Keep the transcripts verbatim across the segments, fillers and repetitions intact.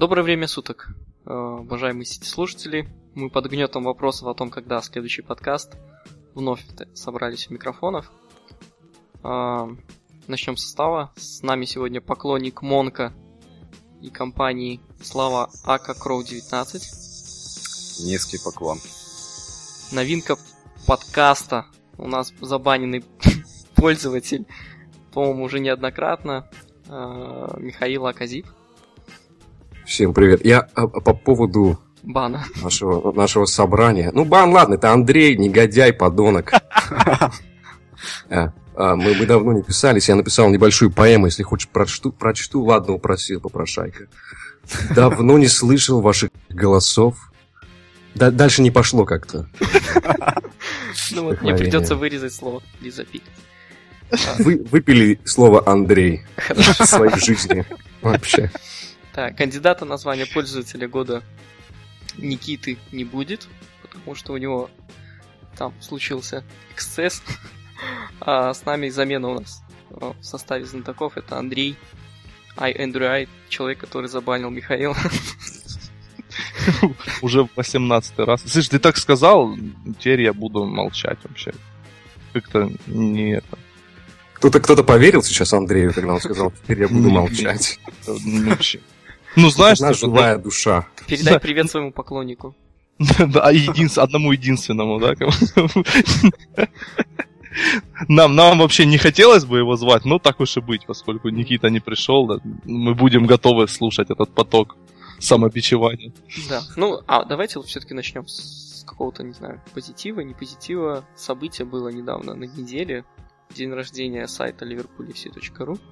Доброе время суток, уважаемые сети-слушатели. Мы под гнетом вопросов о том, когда следующий подкаст, вновь собрались у микрофонов. Начнем с состава. С нами сегодня поклонник Монка и компании Слава Ака Кроу девятнадцать. Низкий поклон. Новинка подкаста. У нас забаненный пользователь, по-моему, уже неоднократно. Михаил Аказип. Всем привет. Я а, по поводу бана нашего, нашего собрания. Ну, бан, ладно, это Андрей, негодяй, подонок. Мы давно не писались, я написал небольшую поэму, если хочешь прочту, прочту. Ладно, упросил, попрошайка. Давно не слышал ваших голосов. Дальше не пошло как-то. Ну вот, мне придется вырезать слово Лизапик. Вы выпили слово Андрей в своей жизни вообще. Так, кандидата на звание пользователя года Никиты не будет, потому что у него там случился эксцесс. А с нами замена у нас в составе знатоков. Это Андрей, I Andrew I, человек, который забанил Михаила. Уже в восемнадцатый раз. Слышь, ты так сказал, теперь я буду молчать вообще. Как-то не это. Кто-то, кто-то поверил сейчас Андрею, когда он сказал, теперь я буду молчать. Ну, знаешь, это живая душа. Передай привет своему поклоннику. Да, одному единственному, да? Нам, нам вообще не хотелось бы его звать, но так уж и быть, поскольку Никита не пришел, да, мы будем готовы слушать этот поток самобичевания. Да, ну, а давайте все-таки начнем с какого-то, не знаю, позитива, не позитива. Событие было недавно на неделе. День рождения сайта ливерпуль эф си точка ру.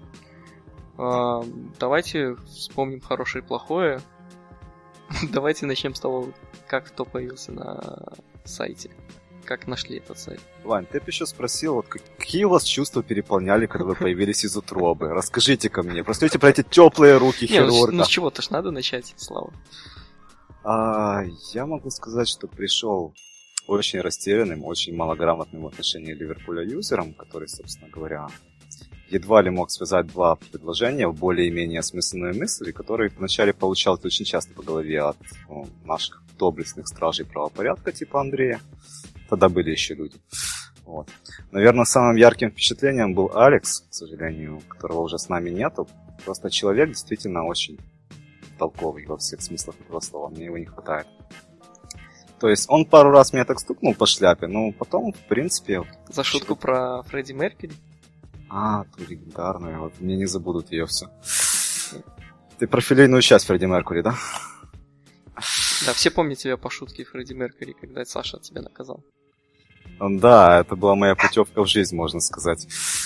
Давайте вспомним хорошее и плохое. Давайте начнем с того, как кто появился на сайте. Как нашли этот сайт. Вань, ты бы еще спросил, вот какие у вас чувства переполняли, когда вы появились из утробы? Расскажите-ка мне. Расскажите про эти теплые руки хирурга. Не, ну с чего-то ж надо начать, Слава. А, я могу сказать, что пришел очень растерянным, очень малограмотным в отношении Ливерпуля юзером, который, собственно говоря, едва ли мог связать два предложения в более-менее осмысленные мысли, которые вначале получал очень часто по голове от ну, наших доблестных стражей правопорядка типа Андрея. Тогда были еще люди. Вот. Наверное, самым ярким впечатлением был Алекс, к сожалению, которого уже с нами нету. Просто человек действительно очень толковый во всех смыслах этого слова. Мне его не хватает. То есть он пару раз меня так стукнул по шляпе, но потом, в принципе... За шутку про Фредди Меркьюри? А, ту легендарную, вот мне не забудут ее все. Ты про филейную часть Фредди Меркьюри, да? Да, все помнят тебя по шутке Фредди Меркьюри, когда Саша тебя наказал. Да, это была моя путевка в жизнь, можно сказать.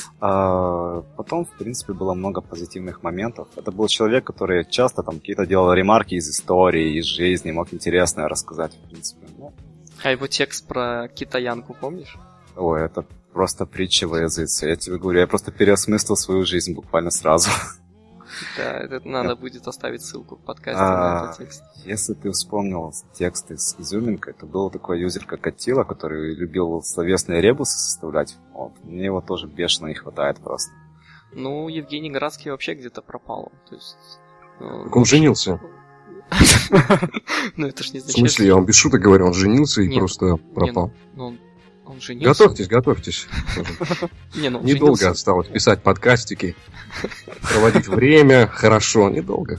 А потом, в принципе, было много позитивных моментов. Это был человек, который часто там какие-то делал ремарки из истории, из жизни, мог интересное рассказать, в принципе. Ну. А его текст про китаянку помнишь? Ой, это просто притча во языце. Я тебе говорю, я просто переосмыслил свою жизнь буквально сразу. Да, это надо будет оставить ссылку в подкасте а, на этот текст. Если ты вспомнил тексты с изюминкой, то был такой юзер, как Аттила, который любил словесные ребусы составлять. Вот. Мне его тоже бешено не хватает просто. Ну, Евгений Градский вообще где-то пропал. То есть, ну, он женился. Ну, это ж не значит... В смысле, я вам без шуток говорю, он женился и просто пропал. Он женился. Готовьтесь, готовьтесь. Не, ну, недолго женился. осталось писать подкастики, проводить время хорошо, недолго.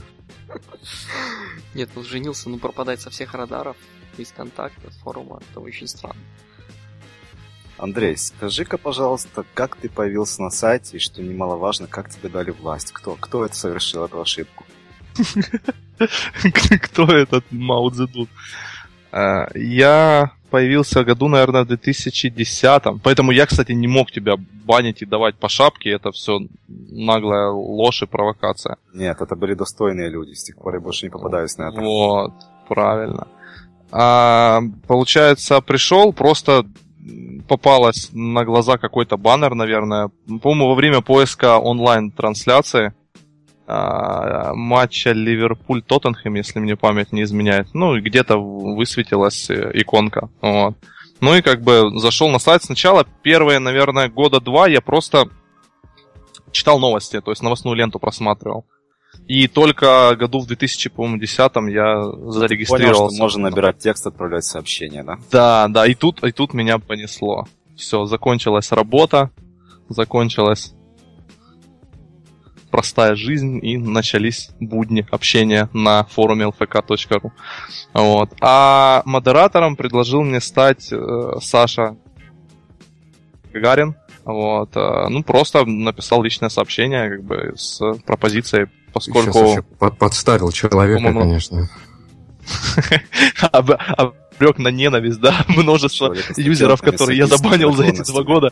Нет, он женился, ну пропадать со всех радаров, из контакта, форума, это очень странно. Андрей, скажи-ка, пожалуйста, как ты появился на сайте, и, что немаловажно, как тебе дали власть? Кто, кто это совершил, эту ошибку? Кто этот Мао Цзэдун? Я появился в году, наверное, в две тысячи десятом. Поэтому я, кстати, не мог тебя банить и давать по шапке. Это все наглая ложь и провокация. Нет, это были достойные люди. С тех пор я больше не попадаюсь на это. Вот, правильно. А, получается, пришел, просто попалась на глаза какой-то баннер, наверное. По-моему, во время поиска онлайн-трансляции а, матча Ливерпуль-Тоттенхэм, если мне память не изменяет. Ну, где-то высветилась иконка. Вот. Ну и как бы зашел на сайт. Сначала первые, наверное, года два я просто читал новости, то есть новостную ленту просматривал. И только году в две тысячи десятом я зарегистрировался. Понял, что можно набирать текст, отправлять сообщения, да? Да, да, и тут, и тут меня понесло. Все, закончилась работа, закончилась простая жизнь, и начались будни общения на форуме эл эф ка точка ру. Вот. А модератором предложил мне стать э, Саша Гагарин. Вот. Э, ну, просто написал личное сообщение, как бы, с пропозицией, поскольку... Сейчас еще под- подставил человека, По-моему, конечно. Обрек на ненависть, да, множество юзеров, которые я забанил за эти два года.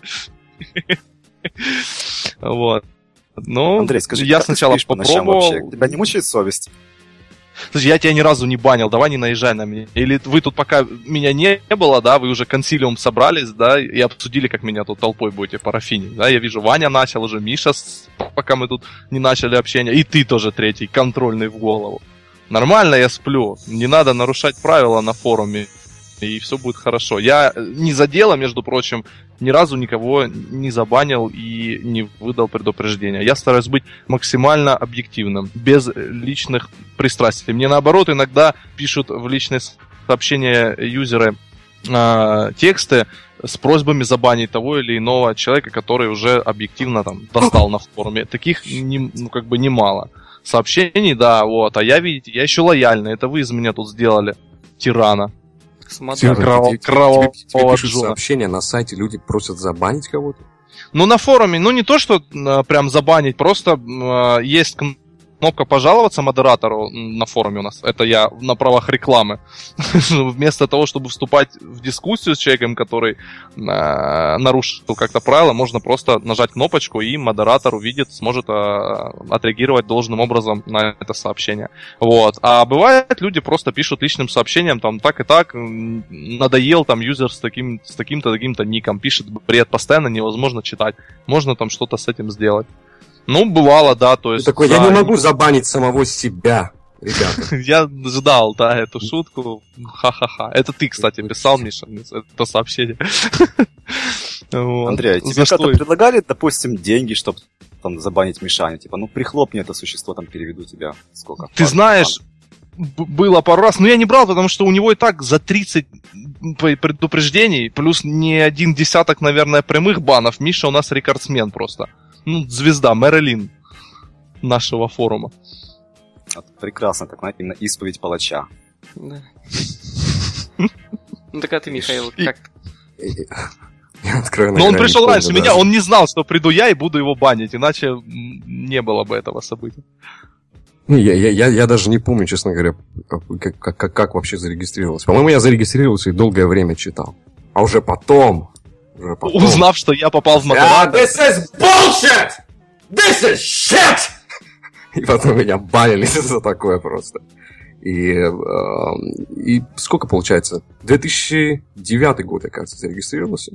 Вот. Ну, Андрей, скажи, я как сначала ты спишь по ночам попробовал. вообще? Тебя не мучает совесть? Слушай, я тебя ни разу не банил, давай не наезжай на меня. Или вы тут пока меня не было, да, вы уже консилиум собрались, да, и обсудили, как меня тут толпой будете парафинить, да, я вижу, Ваня начал уже, Миша, пока мы тут не начали общение, и ты тоже третий, контрольный в голову. Нормально я сплю, не надо нарушать правила на форуме, и все будет хорошо. Я не за дело, между прочим, ни разу никого не забанил и не выдал предупреждения. Я стараюсь быть максимально объективным, без личных пристрастий. Мне наоборот иногда пишут в личные сообщения юзеры э, тексты с просьбами забанить того или иного человека, который уже объективно там достал на форуме. Таких не, ну, как бы немало. Сообщений, да, вот. А я, видите, я еще лояльный. Это вы из меня тут сделали тирана. Серьезно, Кров- тебе, тебе- кровавого тебе- тебе пишут Джона. сообщения на сайте, люди просят забанить кого-то? Ну, на форуме, ну, не то, что э, прям забанить, просто э, есть кнопка «Пожаловаться модератору» на форуме у нас. Это я на правах рекламы. Вместо того, чтобы вступать в дискуссию с человеком, который э, нарушил как-то правила, можно просто нажать кнопочку, и модератор увидит, сможет э, отреагировать должным образом на это сообщение. Вот. А бывает, люди просто пишут личным сообщением, там, так и так, надоел там юзер с, таким, с таким-то, таким-то ником, пишет бред, постоянно невозможно читать. Можно там что-то с этим сделать. Ну, бывало, да, то есть... Ты такой, да, я не могу забанить самого себя, ребята. Я ждал, да, эту шутку. Ха-ха-ха. Это ты, кстати, писал, Миша, это сообщение. Вот. Андрей, тебе За как-то что? предлагали, допустим, деньги, чтобы там забанить Мишаню? Типа, ну прихлопни это существо, там переведу тебя. Сколько? Ты Пару знаешь, б- было пару раз, но я не брал, потому что у него и так за тридцать п- предупреждений, плюс не один десяток, наверное, прямых банов. Миша у нас рекордсмен просто. Ну, звезда, Мэрилин нашего форума. бан. Прекрасно, так, знаете, именно исповедь палача. Да. Ну так а ты, Михаил, И- как? Я откровенно Но он говоря, не пришел помню раньше даже. меня, он не знал, что приду я и буду его банить, иначе м, не было бы этого события. Не, Я, я, я, я даже не помню, честно говоря, как, как, как, как вообще зарегистрировался. По-моему, я зарегистрировался и долгое время читал. А уже потом... Уже потом... Узнав, что я попал в Ah, модератор. this is bullshit! This is shit! И потом меня банили за такое просто. И, э, и сколько получается? две тысячи девятый год, я, кажется, зарегистрировался.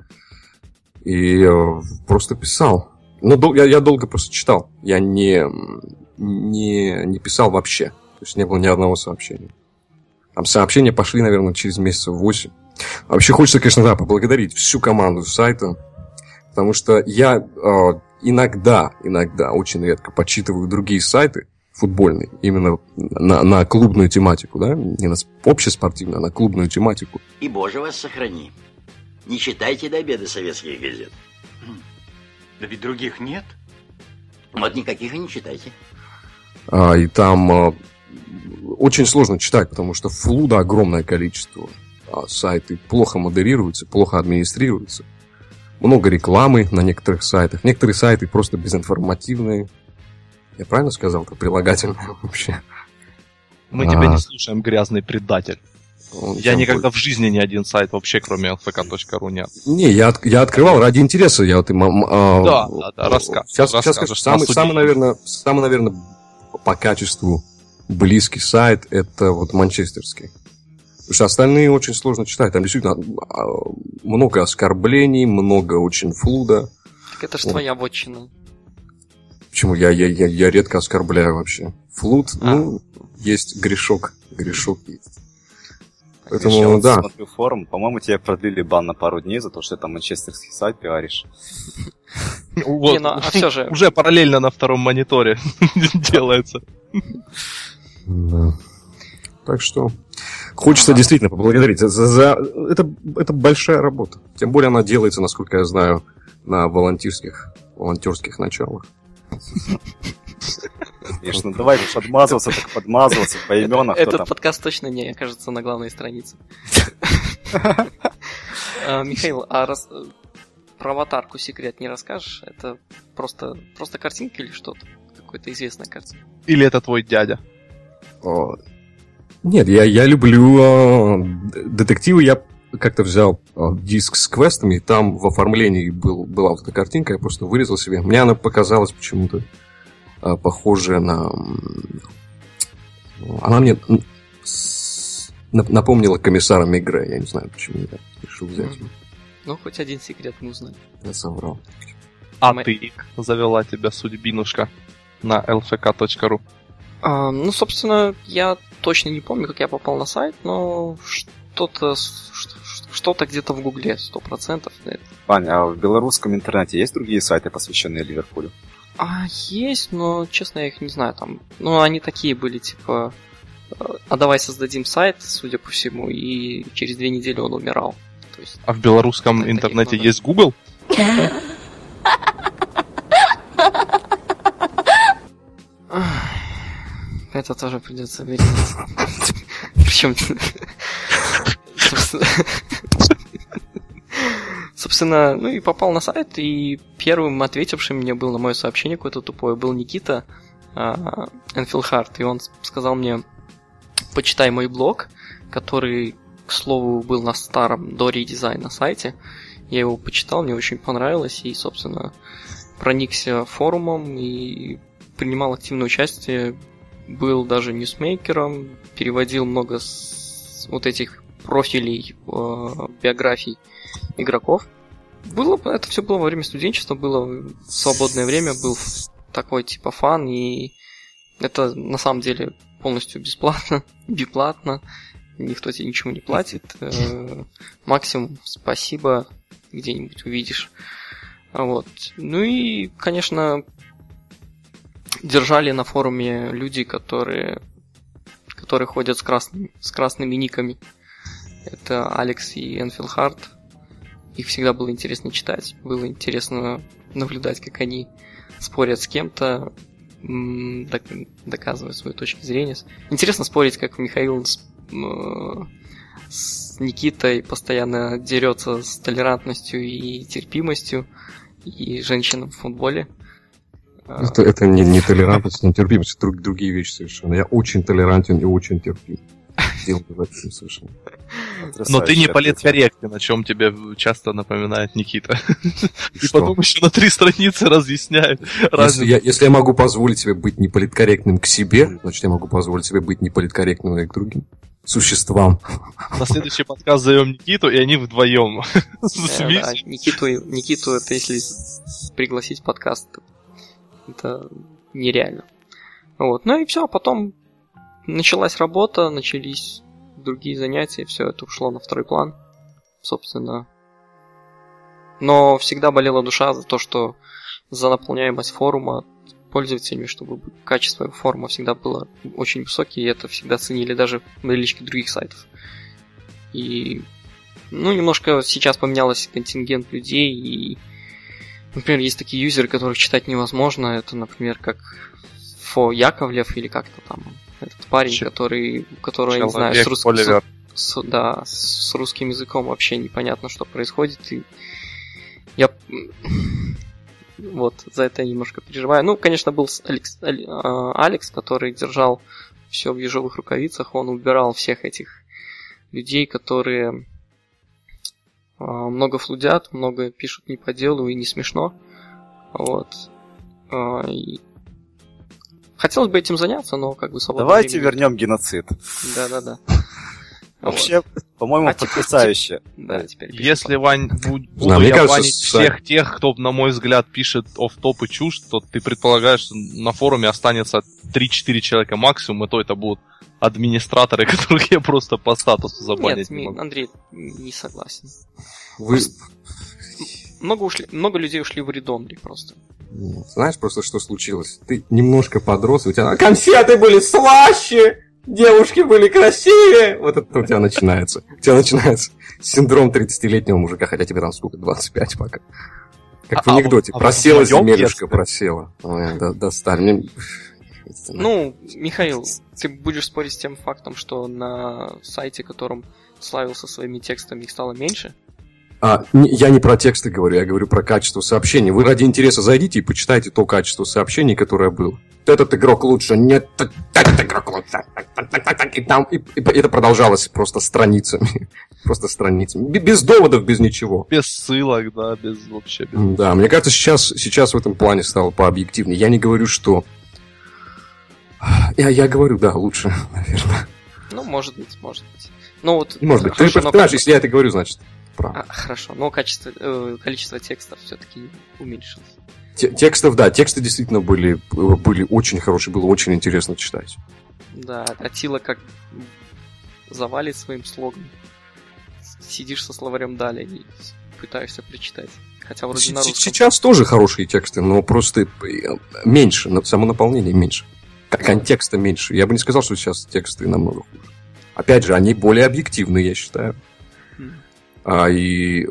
И э, просто писал. Ну, дол- я, я долго просто читал. Я не, не, не писал вообще. То есть не было ни одного сообщения. Там сообщения пошли, наверное, через месяцев восемь. Вообще хочется, конечно, да, поблагодарить всю команду сайта, потому что я э, иногда, иногда, очень редко почитываю другие сайты футбольные, именно на, на клубную тематику, да, не на общеспортивную, а на клубную тематику. И, Боже, вас сохрани. Не читайте до обеда советских газет. Да ведь других нет. Вот никаких и не читайте. А, и там э, очень сложно читать, потому что флуда огромное количество. А сайты плохо модерируются, плохо администрируются. Много рекламы на некоторых сайтах. Некоторые сайты просто безинформативные. Я правильно сказал? Это прилагательное вообще. Мы тебя А. не слушаем, грязный предатель. Он Я там никогда в жизни ни один сайт вообще, кроме эл эф ка точка ру нет. Не, я, от- я открывал ради интереса. Я вот им, а, Да, да, да, рассказ- Сейчас, сейчас расскажешь, скажу, самый, нас самый, удивили. наверное, самый, наверное, по качеству близкий сайт это вот манчестерский. Потому что остальные очень сложно читать. Там действительно а, много оскорблений, много очень флуда. Так это ж Вот. твоя вотчина. Почему? Я, я, я, я редко оскорбляю вообще. Флуд, А. ну, есть грешок. Грешок есть. Так, Поэтому, Миша, вот да. смотрю форум, по-моему, тебе продлили бан на пару дней за то, что это манчестерский сайт пиаришь. Вот, Не, ну, а все же. Уже параллельно на втором мониторе делается. Да. Так что хочется действительно поблагодарить за, за, за это, это большая работа. Тем более она делается, насколько я знаю, на волонтерских, волонтерских началах. Конечно, давай подмазываться, так подмазываться по именам. Этот подкаст точно не окажется на главной странице. Михаил, а про аватарку секрет не расскажешь? Это просто просто картинка или что-то? Какая-то известная картинка? Или это твой дядя? Нет, я, я люблю э, детективы. Я как-то взял э, диск с квестами, и там в оформлении был, была вот эта картинка, я просто вырезал себе. Мне она показалась почему-то э, похожая на... Она мне с... напомнила комиссара Мегре. Я не знаю, почему я решил взять. Mm-hmm. Ну, хоть один секрет мы узнали. Я соврал. А Мы... ты завела тебя судьбинушка на эл эф ка точка ру. А, ну, собственно, я точно не помню, как я попал на сайт, но что-то, что-то где-то в Гугле, сто процентов. Ваня, а в белорусском интернете есть другие сайты, посвященные Ливерпулю? А, есть, но, честно, я их не знаю. Там, ну, они такие были, типа, а давай создадим сайт, судя по всему, и через две недели он умирал. То есть, а в белорусском интернете есть Google? Это тоже придется вырезать. Причем... Собственно, ну и попал на сайт, и первым ответившим мне был на мое сообщение какое-то тупое был Никита Энфилхарт, и он сказал мне: почитай мой блог, который, к слову, был на старом до редизайна сайте. Я его почитал, мне очень понравилось, и, собственно, проникся форумом и принимал активное участие. Был даже ньюсмейкером, переводил много с... вот этих профилей, э, биографий игроков. Было, это все было во время студенчества, было свободное время, был такой типа фан, и это на самом деле полностью бесплатно, бесплатно, никто тебе ничего не платит. Э, максимум спасибо, где-нибудь увидишь. Вот. Ну и, конечно, держали на форуме люди, которые, которые ходят с красными, с красными никами. Это Алекс и Энфилхарт. Их всегда было интересно читать. Было интересно наблюдать, как они спорят с кем-то, доказывая свою точку зрения. Интересно спорить, как Михаил с, с Никитой постоянно дерется с толерантностью и терпимостью и женщинам в футболе. Это, это не, не толерантность, не терпимость, это друг, другие вещи совершенно. Я очень толерантен и очень терпим. Дело в этом совершенно. Но ты не политкорректен, о чем тебе часто напоминает Никита. И потом еще на три страницы разъясняет. Если я, если я могу позволить себе быть неполиткорректным к себе, значит, я могу позволить себе быть неполиткорректным и к другим существам. На следующий подкаст зовем Никиту, и они вдвоем. Никиту, Никиту, это если пригласить в подкаст, это нереально. Вот. Ну и все, потом началась работа, начались другие занятия, все это ушло на второй план, собственно. Но всегда болела душа за то, что за наполняемость форума пользователями, чтобы качество форума всегда было очень высокое, и это всегда ценили даже налички других сайтов. И, ну, немножко сейчас поменялось контингент людей, и, например, есть такие юзеры, которых читать невозможно, это, например, как Фо Яковлев или как-то там этот парень, Ч- который, который, я не знаю, с, рус... с, с, да, с русским языком вообще непонятно, что происходит, и я вот за это я немножко переживаю. Ну, конечно, был Алекс, Алекс, который держал все в ежовых рукавицах, он убирал всех этих людей, которые много флудят, много пишут не по делу и не смешно. Вот. И хотелось бы этим заняться, но как бы свободное Давайте время... вернем геноцид. Да-да-да. Вообще, вот. По-моему, а потрясающе. Теперь, да, теперь Если, Вань, буду да, я кажется, банить всех тех, кто, на мой взгляд, пишет офф-топ и чушь, то ты предполагаешь, что на форуме останется три-четыре человека максимум, и то это будут администраторы, которых я просто по статусу забанить Нет, не могу. Андрей, не согласен. Вы... много, ушли, много людей ушли в редонли просто. Знаешь просто, что случилось? Ты немножко подрос, у тебя конфеты были слаще, девушки были красивее. Вот это у тебя начинается. У тебя начинается синдром тридцатилетнего мужика, хотя тебе там сколько, двадцать пять пока. Как в анекдоте. А, просела а земелюшка, просела. Ой, да, достали. Ну, Михаил, ты будешь спорить с тем фактом, что на сайте, которым славился своими текстами, их стало меньше? А, не, я не про тексты говорю, я говорю про качество сообщений. Вы ради интереса зайдите и почитайте то качество сообщений, которое было. Этот игрок лучше, нет, этот игрок лучше. И, там, и, и это продолжалось просто страницами. Просто страницами. Без доводов, без ничего. Без ссылок, да, без вообще... Без... Да, мне кажется, сейчас, сейчас в этом плане стало пообъективнее. Я не говорю, что... Я, я говорю, да, лучше, наверное. Ну, может быть, может быть. Ну, вот, может быть. Ты понимаешь, если я это говорю, значит, правда. А, хорошо, но качество, э, количество текстов все-таки уменьшилось. Текстов, да, тексты действительно были, были очень хорошие, было очень интересно читать. Да, Атила как завалит своим слогом. Сидишь со словарем далее и пытаешься прочитать. Хотя вроде на русском. Сейчас тоже хорошие тексты, но просто меньше, само наполнение меньше. Контекста меньше. Я бы не сказал, что сейчас тексты намного хуже. Опять же, они более объективны, я считаю. Mm. А, и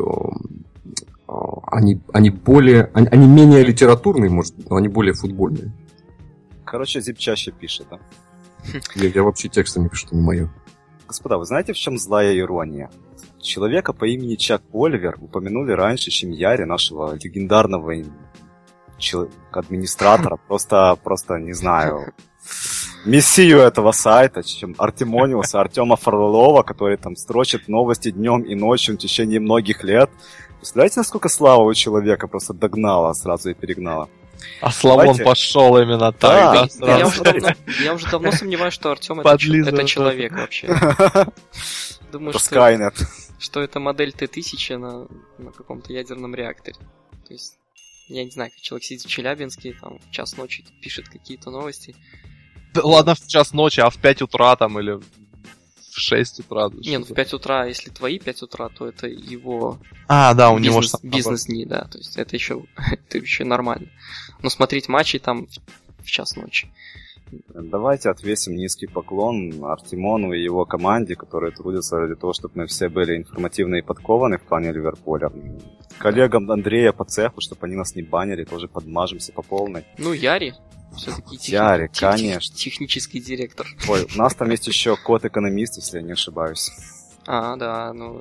а, они, они более... Они, они менее литературные, может быть, но они более футбольные. Короче, Зип чаще пишет, да? Я, я вообще текстами пишу, это не мое. Господа, вы знаете, в чем злая ирония? Человека по имени Чак Оливер упомянули раньше, чем Яри, нашего легендарного чел... администратора. Просто, просто, не знаю... мессию этого сайта, чем Артемониуса, Артема Фролова, который там строчит новости днем и ночью в течение многих лет. Представляете, насколько слава у человека просто догнала сразу и перегнала? А Славон пошел именно так, да? да я, уже давно, я уже давно сомневаюсь, что Артем это, это человек вообще. Думаю, что, Skynet. что это модель Т тысяча на, на каком-то ядерном реакторе. То есть, я не знаю, как человек сидит в Челябинске, там в час ночи пишет какие-то новости. Да, ладно, в час ночи, а в пять утра там или в шесть утра. Не, ну в пять утра, если твои пять утра, то это его а, да, у бизнес, него же бизнес-дни, да, то есть это еще, это еще нормально. Но смотреть матчи там в час ночи. Давайте отвесим низкий поклон Артемону и его команде, которые трудятся ради того, чтобы мы все были информативны и подкованы в плане Ливерпуля. Коллегам Андрея по цеху, чтобы они нас не банили, тоже подмажемся по полной. Ну, Яри. Все-таки тех... Яри, тех... конечно. Технический директор. Ой, у нас там есть еще код-экономист, если я не ошибаюсь. А, да, ну...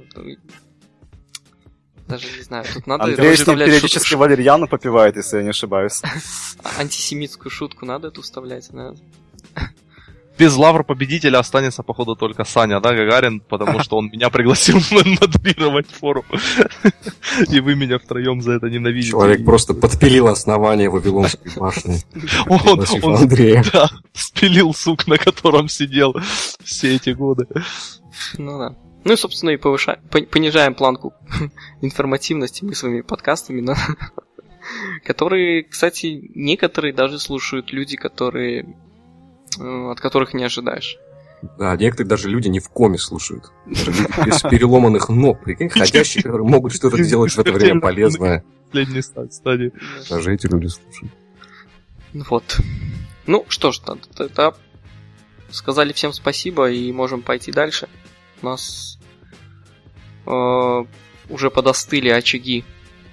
Даже не знаю, тут надо... Андрей с ним периодически шут... валерьяну попивает, если я не ошибаюсь. Антисемитскую шутку надо эту вставлять, да? Без лавр победителя останется, походу, только Саня, да, Гагарин, потому что он меня пригласил модерировать форум. И вы меня втроем за это ненавидите. Человек просто подпилил основание Вавилонской башни. Он, он Андрея. Да, спилил сук, на котором сидел все эти годы. Ну да. Ну и, собственно, и повышаем, понижаем планку информативности мы своими подкастами, да? Которые, кстати, некоторые даже слушают люди, которые... от которых не ожидаешь. Да, некоторые даже люди не в коме слушают. Без переломанных ног, прикинь, ходящие, которые могут что-то делать в это время полезное. Последней стадии. Даже эти люди слушают. Вот. Ну, что ж, тогда сказали всем спасибо и можем пойти дальше. У нас э, уже подостыли очаги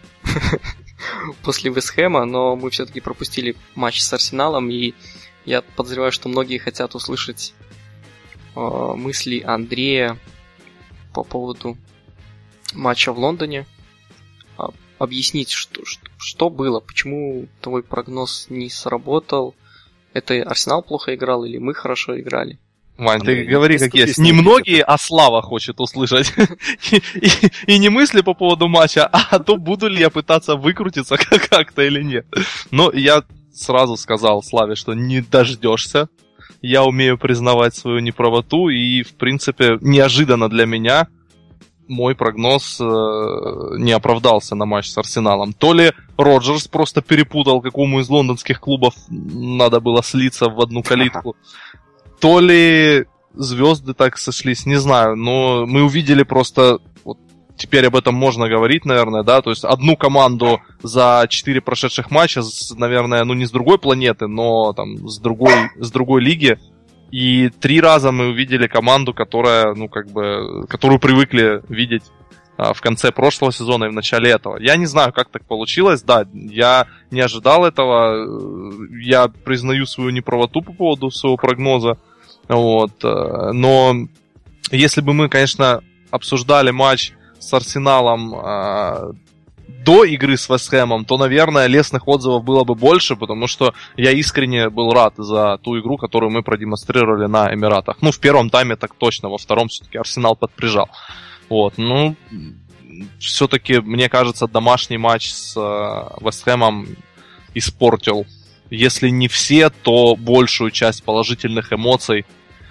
после Вестхэма, но мы все-таки пропустили матч с Арсеналом, и я подозреваю, что многие хотят услышать э, мысли Андрея по поводу матча в Лондоне. А, объяснить, что, что, что было, почему твой прогноз не сработал. Это Арсенал плохо играл или мы хорошо играли? Вань, Андрей, ты говори как есть. Не многие, а Слава хочет услышать. и, и, и не мысли по поводу матча, а то буду ли я пытаться выкрутиться как-то или нет. Но я сразу сказал Славе, что не дождешься. Я умею признавать свою неправоту, и, в принципе, неожиданно для меня мой прогноз э, не оправдался на матч с Арсеналом. То ли Роджерс просто перепутал, какому из лондонских клубов надо было слиться в одну калитку, то ли звезды так сошлись, не знаю, но мы увидели просто вот теперь об этом можно говорить, наверное, да, то есть одну команду за четыре прошедших матча, наверное, ну не с другой планеты, но там с другой, с другой лиги, и три раза мы увидели команду, которая, ну как бы, которую привыкли видеть а, в конце прошлого сезона и в начале этого. Я не знаю, как так получилось, да, я не ожидал этого, я признаю свою неправоту по поводу своего прогноза, вот, но если бы мы, конечно, обсуждали матч с Арсеналом э, до игры с Вест Хэмом, то, наверное, лестных отзывов было бы больше, потому что я искренне был рад за ту игру, которую мы продемонстрировали на Эмиратах. Ну, в первом тайме так точно, во втором все-таки Арсенал подприжал. Вот, ну, все-таки, мне кажется, домашний матч с э, Вест Хэмом испортил, если не все, то большую часть положительных эмоций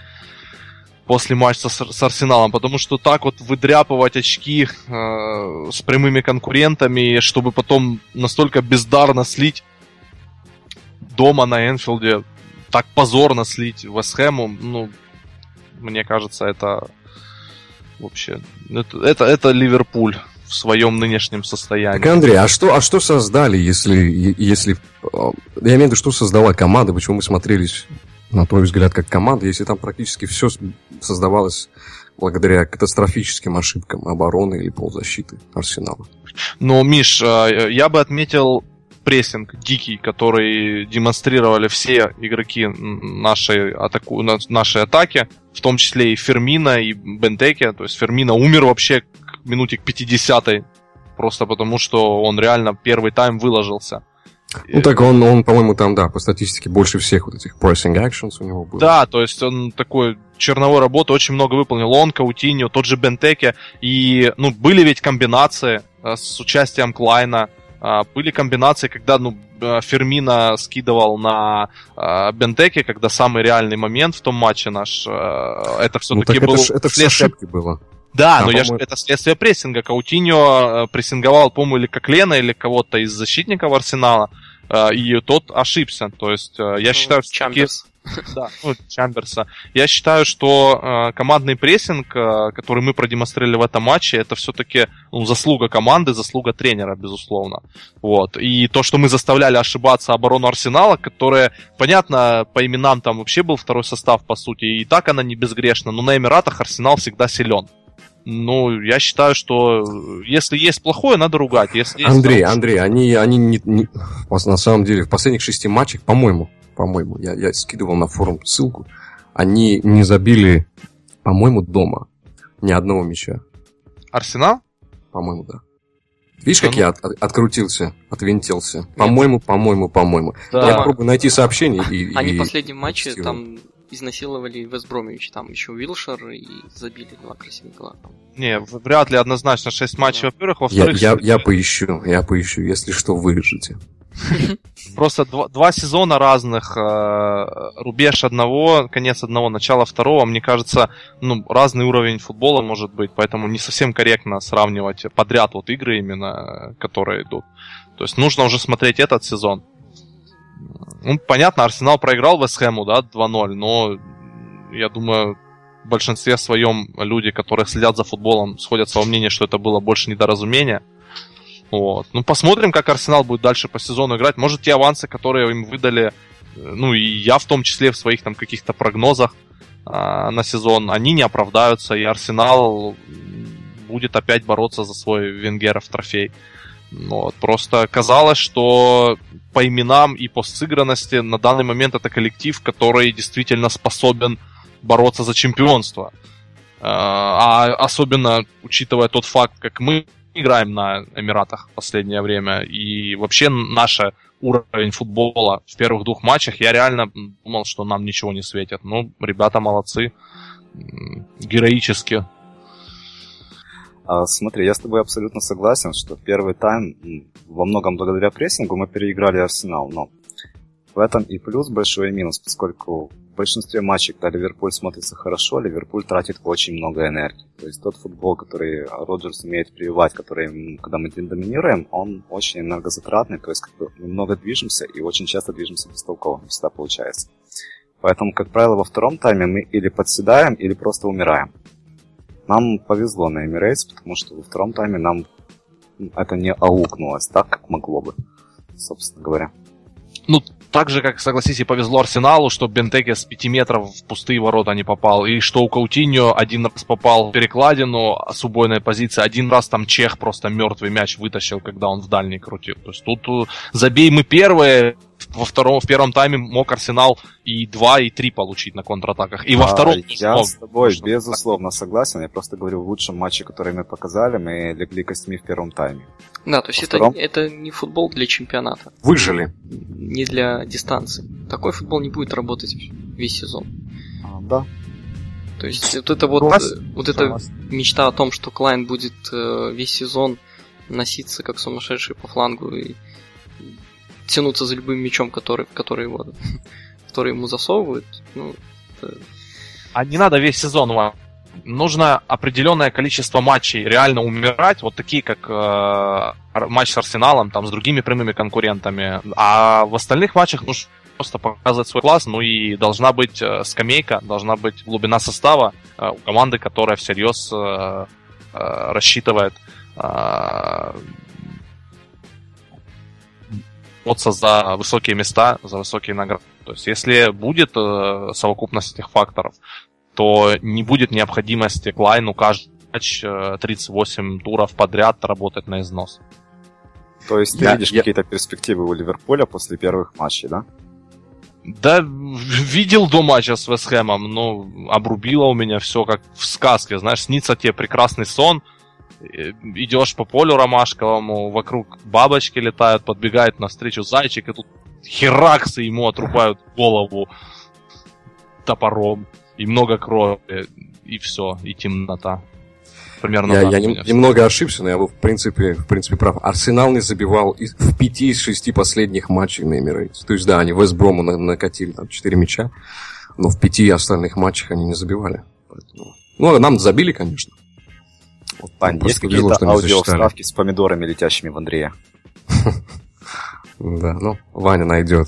после матча с, с Арсеналом, потому что так вот выдряпывать очки э, с прямыми конкурентами, чтобы потом настолько бездарно слить дома на Энфилде, так позорно слить Вест Хэму, ну, мне кажется, это вообще, это, это, это Ливерпуль в своем нынешнем состоянии. Так, Андрей, а что, а что создали, если, если, я имею в виду, что создала команда, почему мы смотрелись, на твой взгляд, как команда, если там практически все создавалось благодаря катастрофическим ошибкам обороны или полузащиты Арсенала? Но, Миш, я бы отметил прессинг дикий, который демонстрировали все игроки нашей, атаку, нашей атаки, в том числе и Фермино, и Бентеке. То есть Фермино умер вообще к минуте к пятидесятой, просто потому что он реально первый тайм выложился. Ну так он, он, по-моему, там, да, по статистике больше всех вот этих pressing actions у него было. Да, то есть он такой черновой работы очень много выполнил. Он, Каутиньо, тот же Бентеке. И, ну, были ведь комбинации а, с участием Клайна. А, были комбинации, когда, ну, Фермино скидывал на а, Бентеке, когда самый реальный момент в том матче наш, а, это все-таки ну, был... Это ж, это следствие... ошибки было. Да, а, но я ж, это следствие прессинга. Каутиньо прессинговал, по-моему, или Коклена, или кого-то из защитников Арсенала, и тот ошибся. То есть я ну, считаю, что... Чамберс. Да, ну, Чамберса. Я считаю, что э, командный прессинг, э, который мы продемонстрировали в этом матче, это все-таки ну, заслуга команды, заслуга тренера, безусловно. Вот. И то, что мы заставляли ошибаться оборону Арсенала, которая, понятно, по именам там вообще был второй состав, по сути, и так она не безгрешна, но на Эмиратах Арсенал всегда силен. Ну, я считаю, что если есть плохое, надо ругать. Если есть Андрей, хорошее... Андрей, они, они не, не, на самом деле в последних шести матчах, по-моему, по-моему, я, я скидывал на форум ссылку, они не забили, по-моему, дома ни одного мяча. Арсенал? По-моему, да. Видишь, да, как ну... я от, от, открутился, отвинтился? По-моему, по-моему, по-моему. Да. Я пробую найти сообщение и... Они и, в последнем матче и... там изнасиловали Вест Бромвич, там еще Уилшер и забили два красивых гола. Не, вряд ли однозначно шесть матчей, да. Во-первых, во-вторых... Я, я, я поищу, я поищу, если что, вырежете. Просто два, два сезона разных, э, рубеж одного, конец одного, начало второго, мне кажется, ну, разный уровень футбола может быть, поэтому не совсем корректно сравнивать подряд вот игры именно, которые идут. То есть нужно уже смотреть этот сезон. Ну, понятно, Арсенал проиграл Вест Хэму, да, два ноль, но я думаю, в большинстве своем люди, которые следят за футболом, сходятся во мнении, что это было больше недоразумение. Вот. Ну, посмотрим, как Арсенал будет дальше по сезону играть. Может, те авансы, которые им выдали, ну, и я в том числе в своих там каких-то прогнозах э, на сезон, они не оправдаются, и Арсенал будет опять бороться за свой Венгеров трофей. Вот. Просто казалось, что по именам и по сыгранности на данный момент это коллектив, который действительно способен бороться за чемпионство. Э, а особенно учитывая тот факт, как мы играем на Эмиратах в последнее время, и вообще наш уровень футбола в первых двух матчах, я реально думал, что нам ничего не светит. Ну, ребята молодцы, героически. А, смотри, я с тобой абсолютно согласен, что первый тайм во многом благодаря прессингу мы переиграли Арсенал, но в этом и плюс, большой и минус, поскольку в большинстве матчей, когда Ливерпуль смотрится хорошо, Ливерпуль тратит очень много энергии. То есть тот футбол, который Роджерс умеет прививать, который, когда мы доминируем, он очень энергозатратный, то есть как бы мы много движемся и очень часто движемся бестолково, не всегда получается. Поэтому, как правило, во втором тайме мы или подседаем, или просто умираем. нам повезло на Emirates, потому что во втором тайме нам это не аукнулось так, как могло бы, собственно говоря. Ну, так же, как, согласись, и повезло Арсеналу, что Бентеке с пяти метров в пустые ворота не попал, и что у Каутиньо один раз попал в перекладину с убойной позиции, один раз там чех просто мертвый мяч вытащил, когда он в дальний крутил. То есть тут забей мы первые, во втором, в первом тайме мог Арсенал и два, и три получить на контратаках. И а, во втором... Я мог, с тобой что... безусловно согласен. Я просто говорю, в лучшем матче, который мы показали, мы легли костьми в первом тайме. Да, то есть это, втором... это не футбол для чемпионата. Выжили. Не для дистанции. Такой футбол не будет работать весь сезон. А, да. То есть вот это вот, Согласен. вот эта мечта о том, что Клайн будет э, весь сезон носиться как сумасшедший по флангу и тянуться за любым мячом, который, который, его, который ему засовывают. Ну, это... А не надо весь сезон вам. Нужно определенное количество матчей реально умирать, вот такие, как э, матч с Арсеналом, там, с другими прямыми конкурентами. А в остальных матчах нужно просто показывать свой класс, ну и должна быть э, скамейка, должна быть глубина состава э, у команды, которая всерьез э, э, рассчитывает э, бороться за высокие места, за высокие награды. То есть, если будет э, совокупность этих факторов, то не будет необходимости Клайну каждый матч э, тридцать восемь туров подряд работать на износ. То есть ты я, видишь я... какие-то перспективы у Ливерпуля после первых матчей, да? Да, видел до матча с Вест Хэмом, но обрубило у меня все как в сказке. Знаешь, снится тебе прекрасный сон, идешь по полю ромашковому, вокруг бабочки летают, подбегает навстречу зайчик, и тут хераксы ему отрубают голову топором, и много крови, и все, и темнота. Примерно я, так. Я нем, немного ошибся, но я был в принципе, в принципе прав. Арсенал не забивал из, в пяти из шести последних матчей на Эмирейтс. То есть, да, они Вест Брому на, накатили там четыре мяча, но в пяти остальных матчах они не забивали. Поэтому... Ну, а нам забили, конечно. Вот, Тань, есть какие-то аудиовставки с помидорами, летящими в Андрея? Да, ну, Ваня найдет.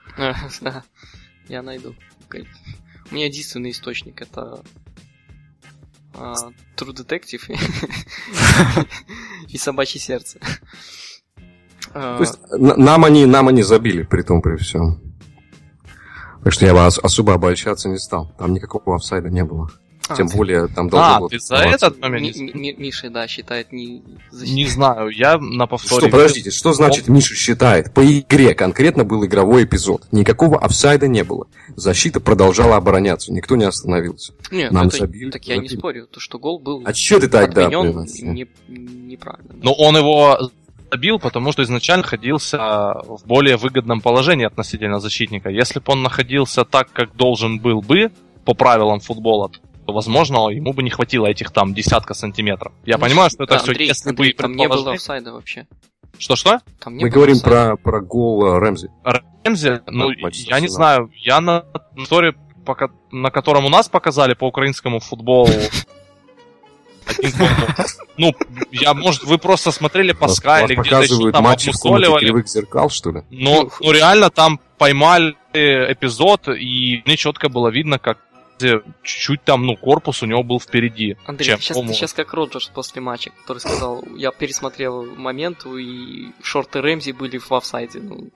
Я найду. У меня единственный источник — это Uh, True Detective и Собачье сердце. Uh... То есть нам они, нам они забили, при том, при всем. Так что я бы особо обольщаться не стал. Там никакого офсайда не было. А, Тем ты... более там должно а, было... А, ты за этот момент... Ми- Ми- Миша, да, считает не... Не знаю, я на повторе... Что, подождите, что значит Миша считает? По игре конкретно был игровой эпизод. Никакого офсайда не было. Защита продолжала обороняться, никто не остановился. Нет, Нам это, забили, так я забили. не спорю, то, что гол был а что ты тогда отменен не, неправильно. Но он его забил, потому что изначально находился в более выгодном положении относительно защитника. Если бы он находился так, как должен был бы, по правилам футбола, возможно, ему бы не хватило этих там десятка сантиметров. Я ну, понимаю, что это да, все, Андрей, если Андрей, бы там не было офсайда вообще. Что-что? Там не Мы было говорим про, про гол Рэмзи. Рэмзи? Ну, я не знаю. Я на истории, на котором у нас показали по украинскому футболу, ну, я, может, вы просто смотрели по Sky или где-то там матчи в комнате кривых зеркал, что ли? Но, ну, реально там поймали эпизод, и мне четко было видно, как чуть-чуть там, ну, корпус у него был впереди. Андрей, чем, ты, сейчас, ты сейчас как Роджерс после матча, который сказал, я пересмотрел момент, и шорты Рэмзи были в офсайде. Ну.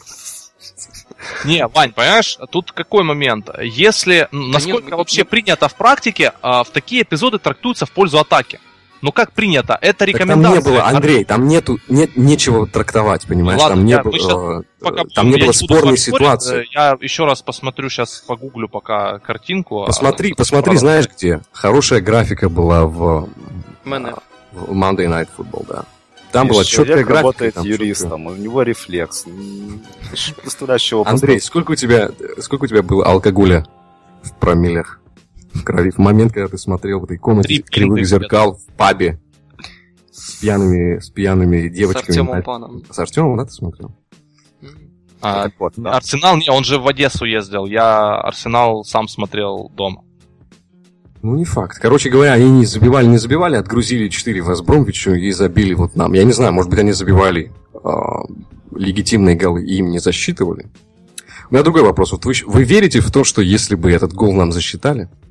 Не, Вань, понимаешь, тут какой момент? Если, да насколько нет, вообще нет. принято в практике, в такие эпизоды трактуются в пользу атаки. Ну как принято? Это рекомендация. Так там не было, Андрей, там нету, нет нечего трактовать, понимаешь? Ладно, там не я, было, сейчас, пока, там не было спорной ситуации. Я еще раз посмотрю, сейчас погуглю пока картинку. Посмотри, а, посмотри, знаешь где? Хорошая графика была в, в Monday Night Football, да. Там и была четкая графика. Работает юристом, у него рефлекс. Представляешь, чего Андрей, сколько у тебя, сколько у тебя было алкоголя в промиллях? В крови. В момент, когда ты смотрел в этой комнате кривых зеркал в пабе с пьяными, с пьяными девочками. С Артемом Паном. С Артемом, да, ты смотрел? А, вот, да. Арсенал, не, он же в Одессу ездил. Я Арсенал сам смотрел дома. Ну, не факт. Короче говоря, они не забивали, не забивали, отгрузили четыре Вест Бромвичу и забили вот нам. Я не знаю, может быть, они забивали э, легитимные голы и им не засчитывали. У меня другой вопрос. Вот вы, вы верите в то, что если бы этот гол нам засчитали,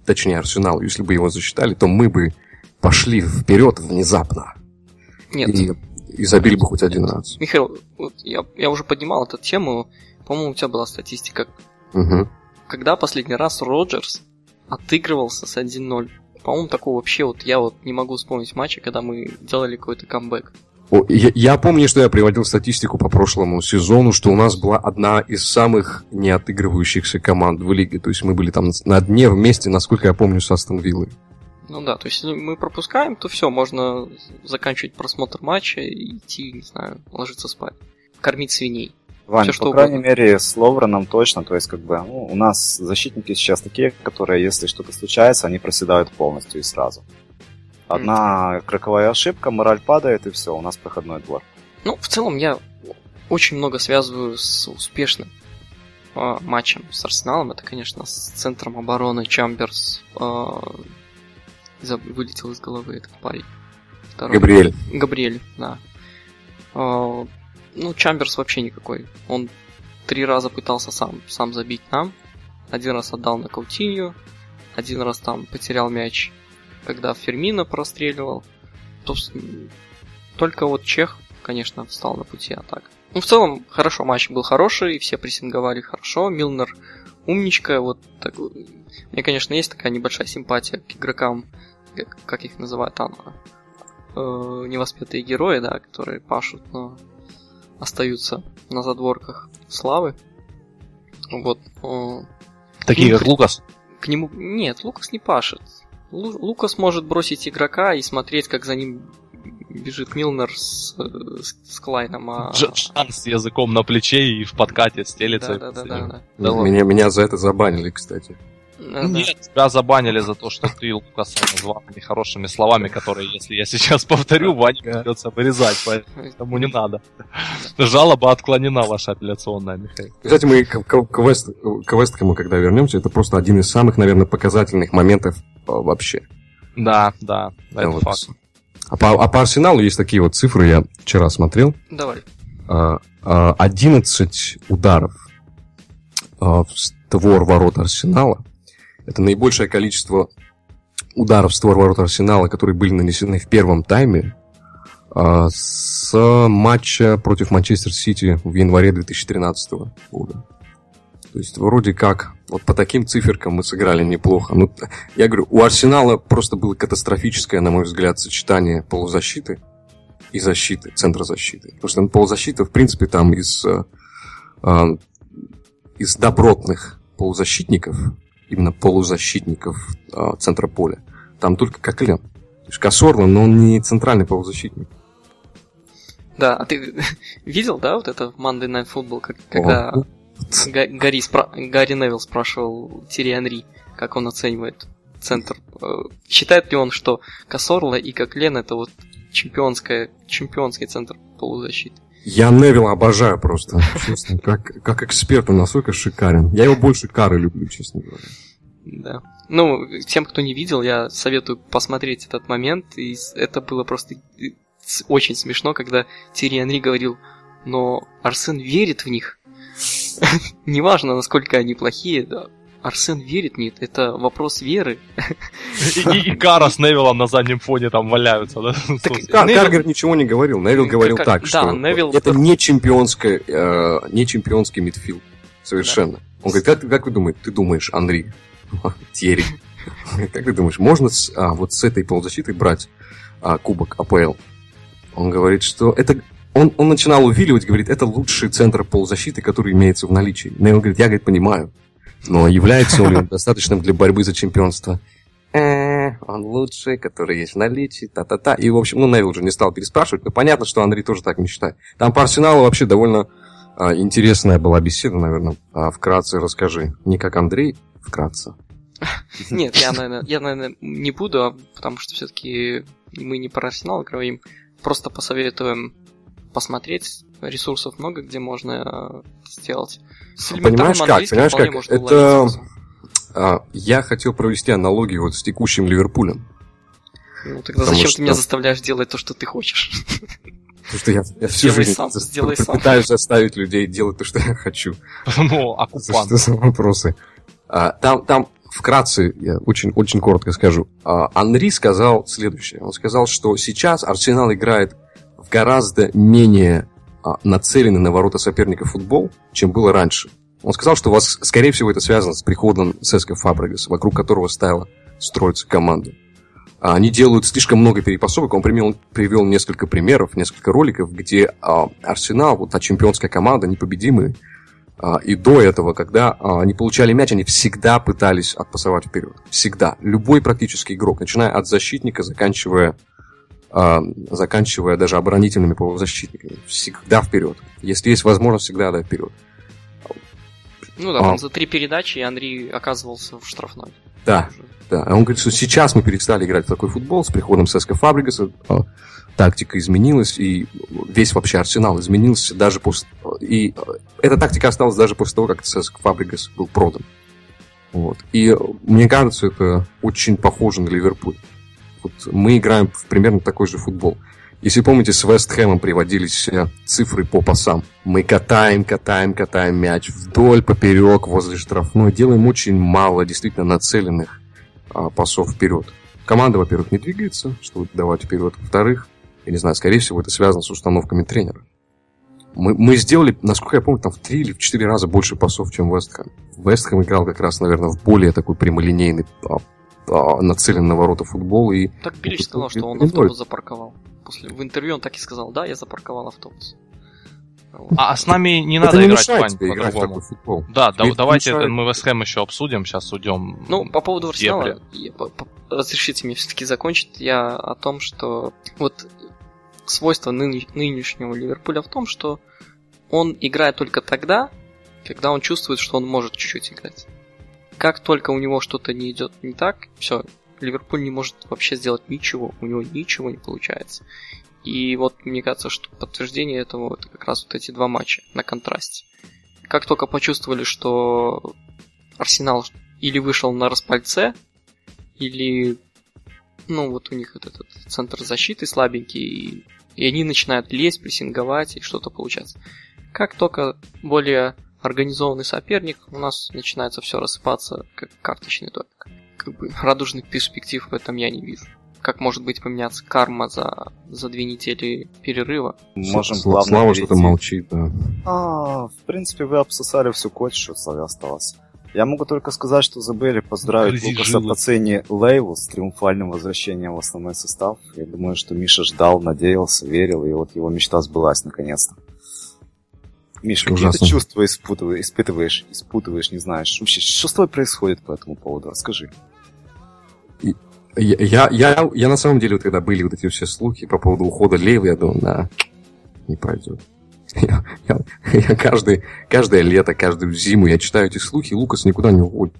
точнее Арсеналу, если бы его засчитали, то мы бы пошли вперед внезапно. Нет. И, и забили бы хоть один раз. Михаил, вот я, я уже поднимал эту тему. По-моему, у тебя была статистика. Угу. Когда последний раз Роджерс отыгрывался с один ноль? По-моему, такого вообще вот я вот не могу вспомнить матча, когда мы делали какой-то камбэк. О, я, я помню, что я приводил статистику по прошлому сезону, что у нас была одна из самых неотыгрывающихся команд в лиге. То есть мы были там на дне вместе, насколько я помню, с Астон Виллой. Ну да, то есть если мы пропускаем, то все, можно заканчивать просмотр матча и идти, не знаю, ложиться спать. Кормить свиней. Вань, Всё, по что крайней угодно. мере, с Ловреном точно. То есть, как бы, ну, у нас защитники сейчас такие, которые, если что-то случается, они проседают полностью и сразу. Одна кроковая ошибка, мораль падает, и все, у нас проходной двор. Ну, в целом, я очень много связываю с успешным э, матчем с Арсеналом. Это, конечно, с центром обороны Чамберс. Э, заб- вылетел из головы этот парень. Второй. Габриэль. Габриэль, да. Э, ну, Чамберс вообще никакой. Он три раза пытался сам, сам забить нам. Один раз отдал на Каутинью. Один раз там потерял мяч, когда Фермино простреливал. То, только вот Чех, конечно, встал на пути атак. Ну, в целом, хорошо, матч был хороший, все прессинговали хорошо. Милнер умничка. Вот так... Мне, конечно, есть такая небольшая симпатия к игрокам, как, как их называют там, э, невоспетые герои, да, которые пашут, но остаются на задворках славы. Вот. Э, Такие, нему, как Лукас? К нему... Нет, Лукас не пашет. Лу... Лукас может бросить игрока и смотреть, как за ним бежит Милнер с, с, с Клайном. А... Джан с языком на плече и в подкате стелется. Да, да, да, да, да. Да меня, меня за это забанили, кстати. Да, Нет, тебя забанили за то, что ты Лукаса назвал нехорошими словами, которые, если я сейчас повторю, Ване придется вырезать, поэтому не надо. Жалоба отклонена, ваша апелляционная, Михаил. Кстати, мы к, к, к, Вест, к Весткому, когда вернемся, это просто один из самых, наверное, показательных моментов а, вообще. Да, да, это вот. факт. А по, а по Арсеналу есть такие вот цифры, я вчера смотрел. Давай. А, а, одиннадцать ударов а, в створ ворот Арсенала. Это наибольшее количество ударов в створ ворот Арсенала, которые были нанесены в первом тайме а, с матча против Манчестер Сити в январе две тысячи тринадцатого года. То есть вроде как вот по таким циферкам мы сыграли неплохо. Ну, я говорю, у Арсенала просто было катастрофическое, на мой взгляд, сочетание полузащиты и защиты, центра защиты. Потому что полузащита, в принципе, там из, а, из добротных полузащитников, именно полузащитников а, центра поля, там только Коклен. То есть Касорла, но он не центральный полузащитник. Да, а ты видел, да, вот это в Monday Night Football, как, когда О. Га- Гарри, спра... Гарри Невилл спрашивал Тири Анри, как он оценивает центр. Считает ли он, что Касорла и Коклен это вот чемпионская, чемпионский центр полузащиты? Я Невилла обожаю просто, честно, как, как эксперт он настолько шикарен. Я его больше Кары люблю, честно говоря. Да. Ну, тем, кто не видел, я советую посмотреть этот момент, и это было просто очень смешно, когда Тири Анри говорил, но Арсен верит в них. Неважно, насколько они плохие, да. Арсен верит в них, это вопрос веры. И, и Кара с Невиллом на заднем фоне там валяются, да? Так, Кар, Невилл... Каргер ничего не говорил. Невилл говорил как, так, да, что Невилл... это не, чемпионское, э, не чемпионский мидфилд. Совершенно. Да. Он говорит, как, как вы думаете? Ты думаешь, Андрей? Терри. Как ты думаешь, можно с, а, вот с этой полузащитой брать а, кубок АПЛ? Он говорит, что это... Он, он начинал увиливать, говорит, это лучший центр полузащиты, который имеется в наличии. Невилл говорит, я, говорит, понимаю. Но является он достаточным для борьбы за чемпионство? Э, он лучший, который есть в наличии, та-та-та. И, в общем, ну, Невилл уже не стал переспрашивать, но понятно, что Андрей тоже так не считает. Там по Арсеналу вообще довольно а, интересная была беседа, наверное. А, вкратце расскажи. Не как Андрей, вкратце. Нет, я, наверное, я, наверное, не буду, потому что все-таки мы не про Арсенал говорим. Просто посоветуем посмотреть. Ресурсов много, где можно сделать. Понимаешь как? Понимаешь как? Это... А, я хотел провести аналогию вот с текущим Ливерпулем. Ну тогда Потому зачем что... ты меня заставляешь делать то, что ты хочешь? Потому что я, я всю жизнь сам, за... пытаюсь заставить людей делать то, что я хочу. Ну, оккупант. Что за вопросы? А, там, там вкратце, я очень, очень коротко скажу. Анри сказал следующее. Он сказал, что сейчас Арсенал играет в гораздо менее нацеленный на ворота соперника футбол, чем было раньше. Он сказал, что у вас, скорее всего, это связано с приходом Сеско Фабрегаса, вокруг которого стала строиться команда. Они делают слишком много перепасовок. Он привел, привел несколько примеров, несколько роликов, где а, Арсенал, вот та чемпионская команда, непобедимые, а, и до этого, когда а, они получали мяч, они всегда пытались отпасовать вперед. Всегда. Любой практически игрок, начиная от защитника, заканчивая, а, заканчивая даже оборонительными полузащитниками. Всегда вперед. Если есть возможность, всегда да, вперед. Ну да, там а. за три передачи Анри оказывался в штрафной. Да. Да, он говорит, что сейчас мы перестали играть в такой футбол с приходом Сеско Фабрегаса, тактика изменилась, и весь вообще Арсенал изменился даже после... И эта тактика осталась даже после того, как Сеско Фабрегас был продан. Вот. И мне кажется, это очень похоже на Ливерпуль. Вот мы играем в примерно такой же футбол. Если помните, с Вест Хэмом приводились цифры по пасам. Мы катаем, катаем, катаем мяч вдоль, поперек, возле штрафной. Делаем очень мало действительно нацеленных пасов вперед. Команда, во-первых, не двигается, чтобы давать вперед. Во-вторых, я не знаю, скорее всего, это связано с установками тренера. Мы, мы сделали, насколько я помню, там в три или в четыре раза больше пасов, чем Вест Хэм. Вест Хэм играл как раз, наверное, в более такой прямолинейный, а, а, нацеленный на ворота футбол. И так Билич сказал, что он автобус запарковал. После, в интервью он так и сказал, да, я запарковал автобус. А с нами не это надо не играть, Вань, по-другому. Да, да давайте это мы Вест Хэм еще обсудим, сейчас уйдем. Ну, по поводу Арсенала, разрешите мне все-таки закончить я о том, что вот свойство ныне, нынешнего Ливерпуля в том, что он играет только тогда, когда он чувствует, что он может чуть-чуть играть. Как только у него что-то не идет не так, все, Ливерпуль не может вообще сделать ничего, у него ничего не получается. И вот мне кажется, что подтверждение этого это как раз вот эти два матча на контрасте. Как только почувствовали, что Арсенал или вышел на распальце, или ну вот у них этот, этот центр защиты слабенький, и, и они начинают лезть, прессинговать, и что-то получается. Как только более организованный соперник, у нас начинается все рассыпаться, как карточный домик. Как бы радужных перспектив в этом я не вижу. Как может быть поменяться карма за, за две недели перерыва? Можем Слава, Слава что-то молчит, да. А, в принципе, вы обсосали всю кость, что осталось. Я могу только сказать, что забыли поздравить Грызи Лукаса жилы. По цене Лейву с триумфальным возвращением в основной состав. Я думаю, что Миша ждал, надеялся, верил, и вот его мечта сбылась наконец-то. Миш, какие ты чувства испытываешь, испытываешь, испытываешь, не знаешь? Вообще, что с тобой происходит по этому поводу? Расскажи. Я, я, я, я на самом деле, вот, когда были вот эти все слухи по поводу ухода Лейва, я думал, да, не пройдет. Я, я, я каждый, каждое лето, каждую зиму я читаю эти слухи, Лукас никуда не уходит.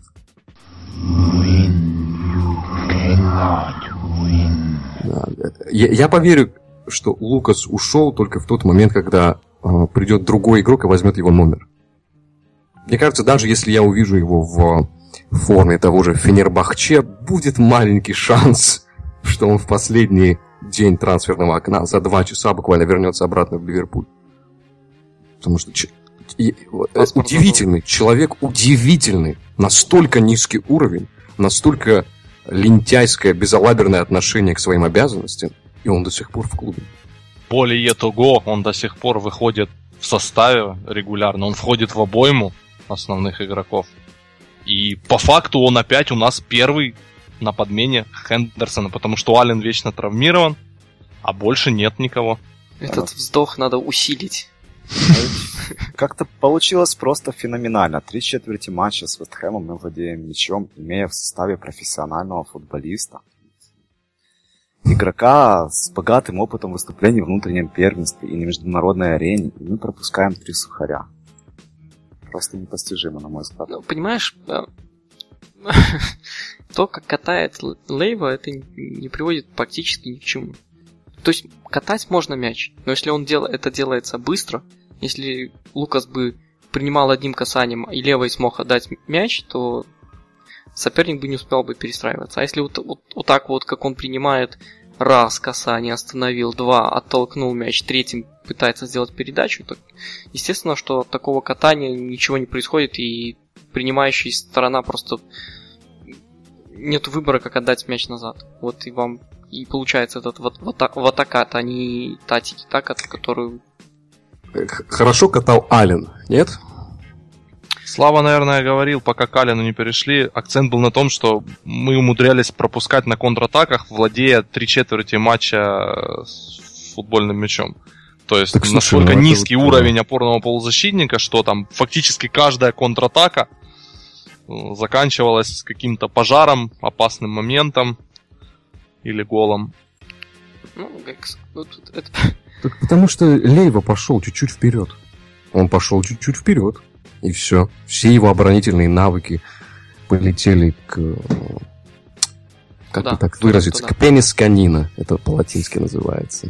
Да, я, я поверю, что Лукас ушел только в тот момент, когда э, придет другой игрок и возьмет его номер. Мне кажется, даже если я увижу его в форме того же Фенербахче, будет маленький шанс, что он в последний день трансферного окна за два часа буквально вернется обратно в Ливерпуль. Потому что ч... удивительный человек, удивительный, настолько низкий уровень, настолько лентяйское, безалаберное отношение к своим обязанностям, и он до сих пор в клубе. Более того, он до сих пор выходит в составе регулярно, он входит в обойму основных игроков. И по факту он опять у нас первый на подмене Хендерсона, потому что Аллен вечно травмирован, а больше нет никого. Этот вздох надо усилить. Как-то получилось просто феноменально. Три четверти матча с Вест Хэмом мы владеем мячом, имея в составе профессионального футболиста. Игрока с богатым опытом выступлений в внутреннем первенстве и на международной арене, и мы пропускаем три сухаря. Просто непостижимо, на мой взгляд. Ну, понимаешь, то, как катает Лейва, это не приводит практически ни к чему. То есть катать можно мяч, но если он дел... это делается быстро, если Лукас бы принимал одним касанием и левой смог отдать мяч, то соперник бы не успел бы перестраиваться. А если вот, вот, вот так вот, как он принимает, раз касание остановил, два оттолкнул мяч, третьим пытается сделать передачу, то естественно, что от такого катания ничего не происходит, и принимающая сторона просто нет выбора, как отдать мяч назад. Вот и вам и получается этот вот, вот, вот атака, а не та тики-така, которую... Хорошо катал Аллен, нет? Слава, наверное, говорил, пока к Аллену не перешли, акцент был на том, что мы умудрялись пропускать на контратаках, владея три четверти матча с футбольным мячом. То есть так, насколько слушай, ну низкий вот, уровень да. опорного полузащитника, что там фактически каждая контратака заканчивалась каким-то пожаром, опасным моментом или голом. Ну, как... Ну, тут это... Так потому что Лейва пошел чуть-чуть вперед. Он пошел чуть-чуть вперед. И все. Все его оборонительные навыки полетели к... Как бы так выразиться? Туда. К пенис канина. Это по-латински называется.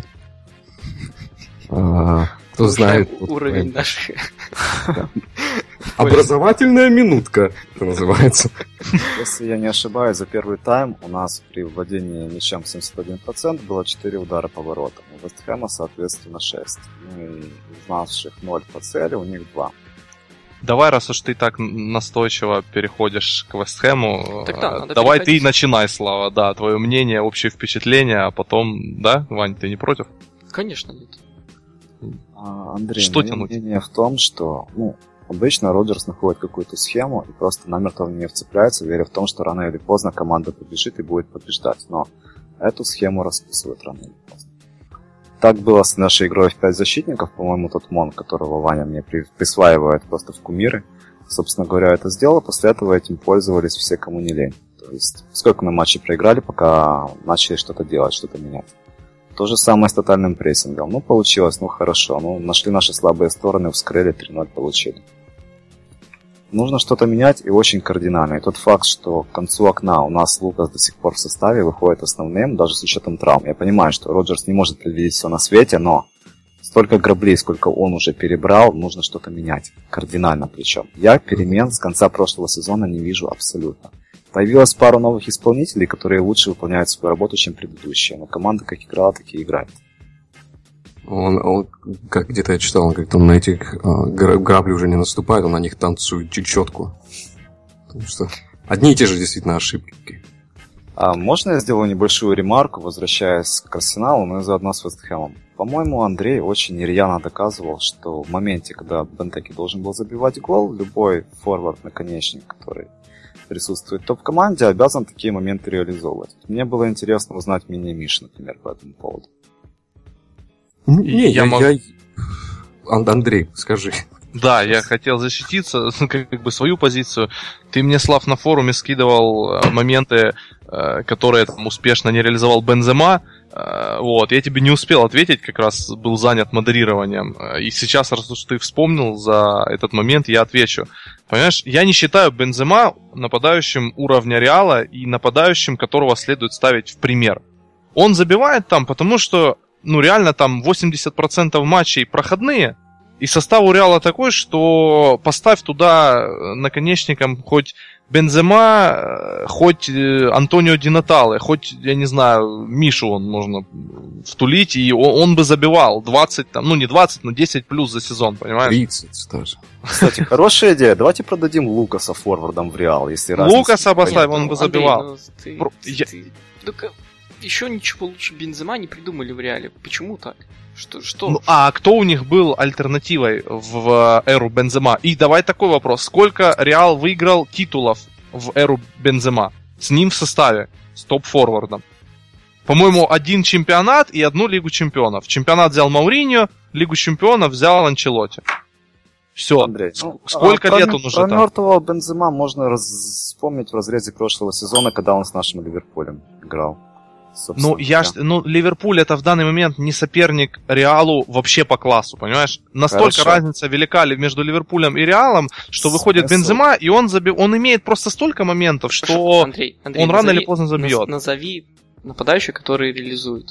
А, кто знает... Уровень вот, наш. Образовательная минутка, это называется. Если я не ошибаюсь, за первый тайм у нас при владении мячом семьдесят один процент было четыре удара по воротам. У Вест Хэма, соответственно, шесть. Ну и из наших ноль по цели, у них два. Давай, раз уж ты так настойчиво переходишь к Вест Хэму, да, давай ты начинай, Слава, да, твое мнение, общее впечатление, а потом, да, Вань, ты не против? Конечно, нет. А, Андрей, что мое тянуть? мнение в том, что, ну, обычно Роджерс находит какую-то схему и просто намертво в нее вцепляется, веря в том, что рано или поздно команда побежит и будет побеждать. Но эту схему расписывают рано или поздно. Так было с нашей игрой в пять защитников, по-моему, тот Мон, которого Ваня мне при- присваивает просто в кумиры. Собственно говоря, это сделал, после этого этим пользовались все, кому не лень. То есть, сколько мы матчей проиграли, пока начали что-то делать, что-то менять. То же самое с тотальным прессингом. Ну, получилось, ну, хорошо. Ну, нашли наши слабые стороны, вскрыли, три ноль получили. Нужно что-то менять, и очень кардинально. И тот факт, что к концу окна у нас Лукас до сих пор в составе выходит основным, даже с учетом травм. Я понимаю, что Роджерс не может предвидеть все на свете, но столько граблей, сколько он уже перебрал, нужно что-то менять. Кардинально причем. Я перемен с конца прошлого сезона не вижу абсолютно. Появилось пару новых исполнителей, которые лучше выполняют свою работу, чем предыдущие. Но команда как играла, так и играет. Он, он, как где-то я читал, он говорит, он на этих а, грабли уже не наступает, он на них танцует чечетку. Потому что одни и те же действительно ошибки. А можно я сделаю небольшую ремарку, возвращаясь к Арсеналу, но и заодно с Вест Хэмом? По-моему, Андрей очень рьяно доказывал, что в моменте, когда Бентеке должен был забивать гол, любой форвард-наконечник, который присутствует в топ-команде, обязан такие моменты реализовывать. Мне было интересно узнать мнение Миши, например, по этому поводу. Не, я, я могу... Я... Андрей, скажи. Да, я хотел защититься, как бы свою позицию. Ты мне, Слав, на форуме скидывал моменты, которые там успешно не реализовал Бензема. Вот, я тебе не успел ответить, как раз был занят модерированием. И сейчас, раз уж ты вспомнил за этот момент, я отвечу. Понимаешь, я не считаю Бензема нападающим уровня Реала и нападающим, которого следует ставить в пример. Он забивает там, потому что ну, реально там восемьдесят процентов матчей проходные, и состав у Реала такой, что поставь туда наконечником хоть Бензема, хоть Антонио Ди Натале, хоть, я не знаю, Мишу он можно втулить, и он, он бы забивал двадцать, там, ну не двадцать, но десять плюс за сезон, понимаешь? тридцать даже. Кстати, хорошая идея. Давайте продадим Лукаса форвардом в Реал, если раз. Лукаса обоставь, он бы забивал. Андрей, ну, ты, Про... ты, я... ты... Еще ничего лучше Бензема не придумали в Реале. Почему так? Что? что? Ну, а кто у них был альтернативой в эру Бензема? И давай такой вопрос. Сколько Реал выиграл титулов в эру Бензема? С ним в составе, с топ-форвардом. По-моему, один чемпионат и одну Лигу чемпионов. Чемпионат взял Мауриньо, Лигу чемпионов взял Анчелотти. Все. Андрей, ну, сколько а лет про, он уже про там? мертвого Бензема можно раз... вспомнить в разрезе прошлого сезона, когда он с нашим Ливерпулем играл. Ну, я ж, ну, Ливерпуль это в данный момент не соперник Реалу вообще по классу, понимаешь? Настолько Хорошо. Разница велика между Ливерпулем и Реалом, что выходит Смысл. Бензема, и он, заби... он имеет просто столько моментов, что Хорошо. Андрей, Андрей, он назови, рано или поздно забьет. Назови нападающего, который реализует.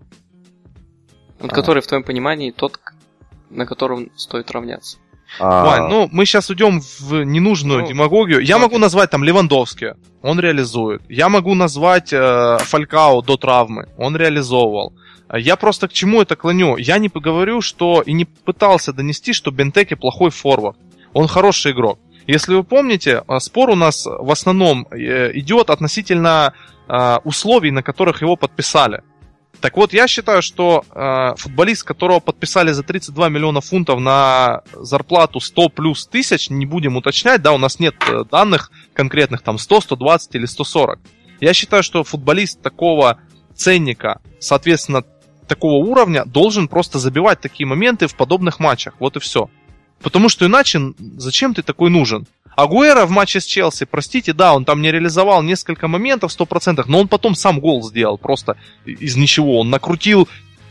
Вот а. Который, в твоем понимании, тот, на котором стоит равняться. А... Вань, ну, мы сейчас уйдем в ненужную ну, демагогию. Я могу назвать там Левандовски, он реализует. Я могу назвать э, Фалькао до травмы, он реализовывал. Я просто к чему это клоню? Я не поговорю, что и не пытался донести, что Бентеке плохой форвард. Он хороший игрок. Если вы помните, спор у нас в основном идет относительно условий, на которых его подписали. Так вот, я считаю, что э, футболист, которого подписали за тридцать два миллиона фунтов на зарплату сто плюс тысяч, не будем уточнять, да, у нас нет данных конкретных, там сто, сто двадцать или сто сорок. Я считаю, что футболист такого ценника, соответственно, такого уровня, должен просто забивать такие моменты в подобных матчах. Вот и все. Потому что иначе зачем ты такой нужен? Агуэро в матче с Челси, простите, да, он там не реализовал несколько моментов сто процентов, но он потом сам гол сделал просто из ничего. Он накрутил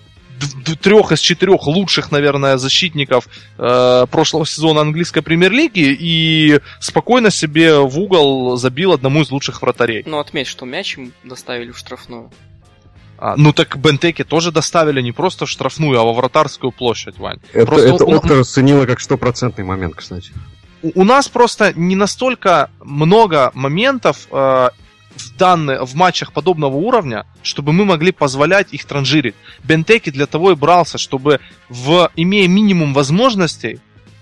трех из четырех лучших, наверное, защитников э, прошлого сезона английской премьер-лиги и спокойно себе в угол забил одному из лучших вратарей. Ну, отметь, что мяч им доставили в штрафную. А, ну так Бентеке тоже доставили не просто в штрафную, а во вратарскую площадь, Вань. Это, просто это он... Опта расценила как стопроцентный момент, кстати. У нас просто не настолько много моментов э, в, данные, в матчах подобного уровня, чтобы мы могли позволять их транжирить. Бентеке для того и брался, чтобы, в, имея минимум возможностей,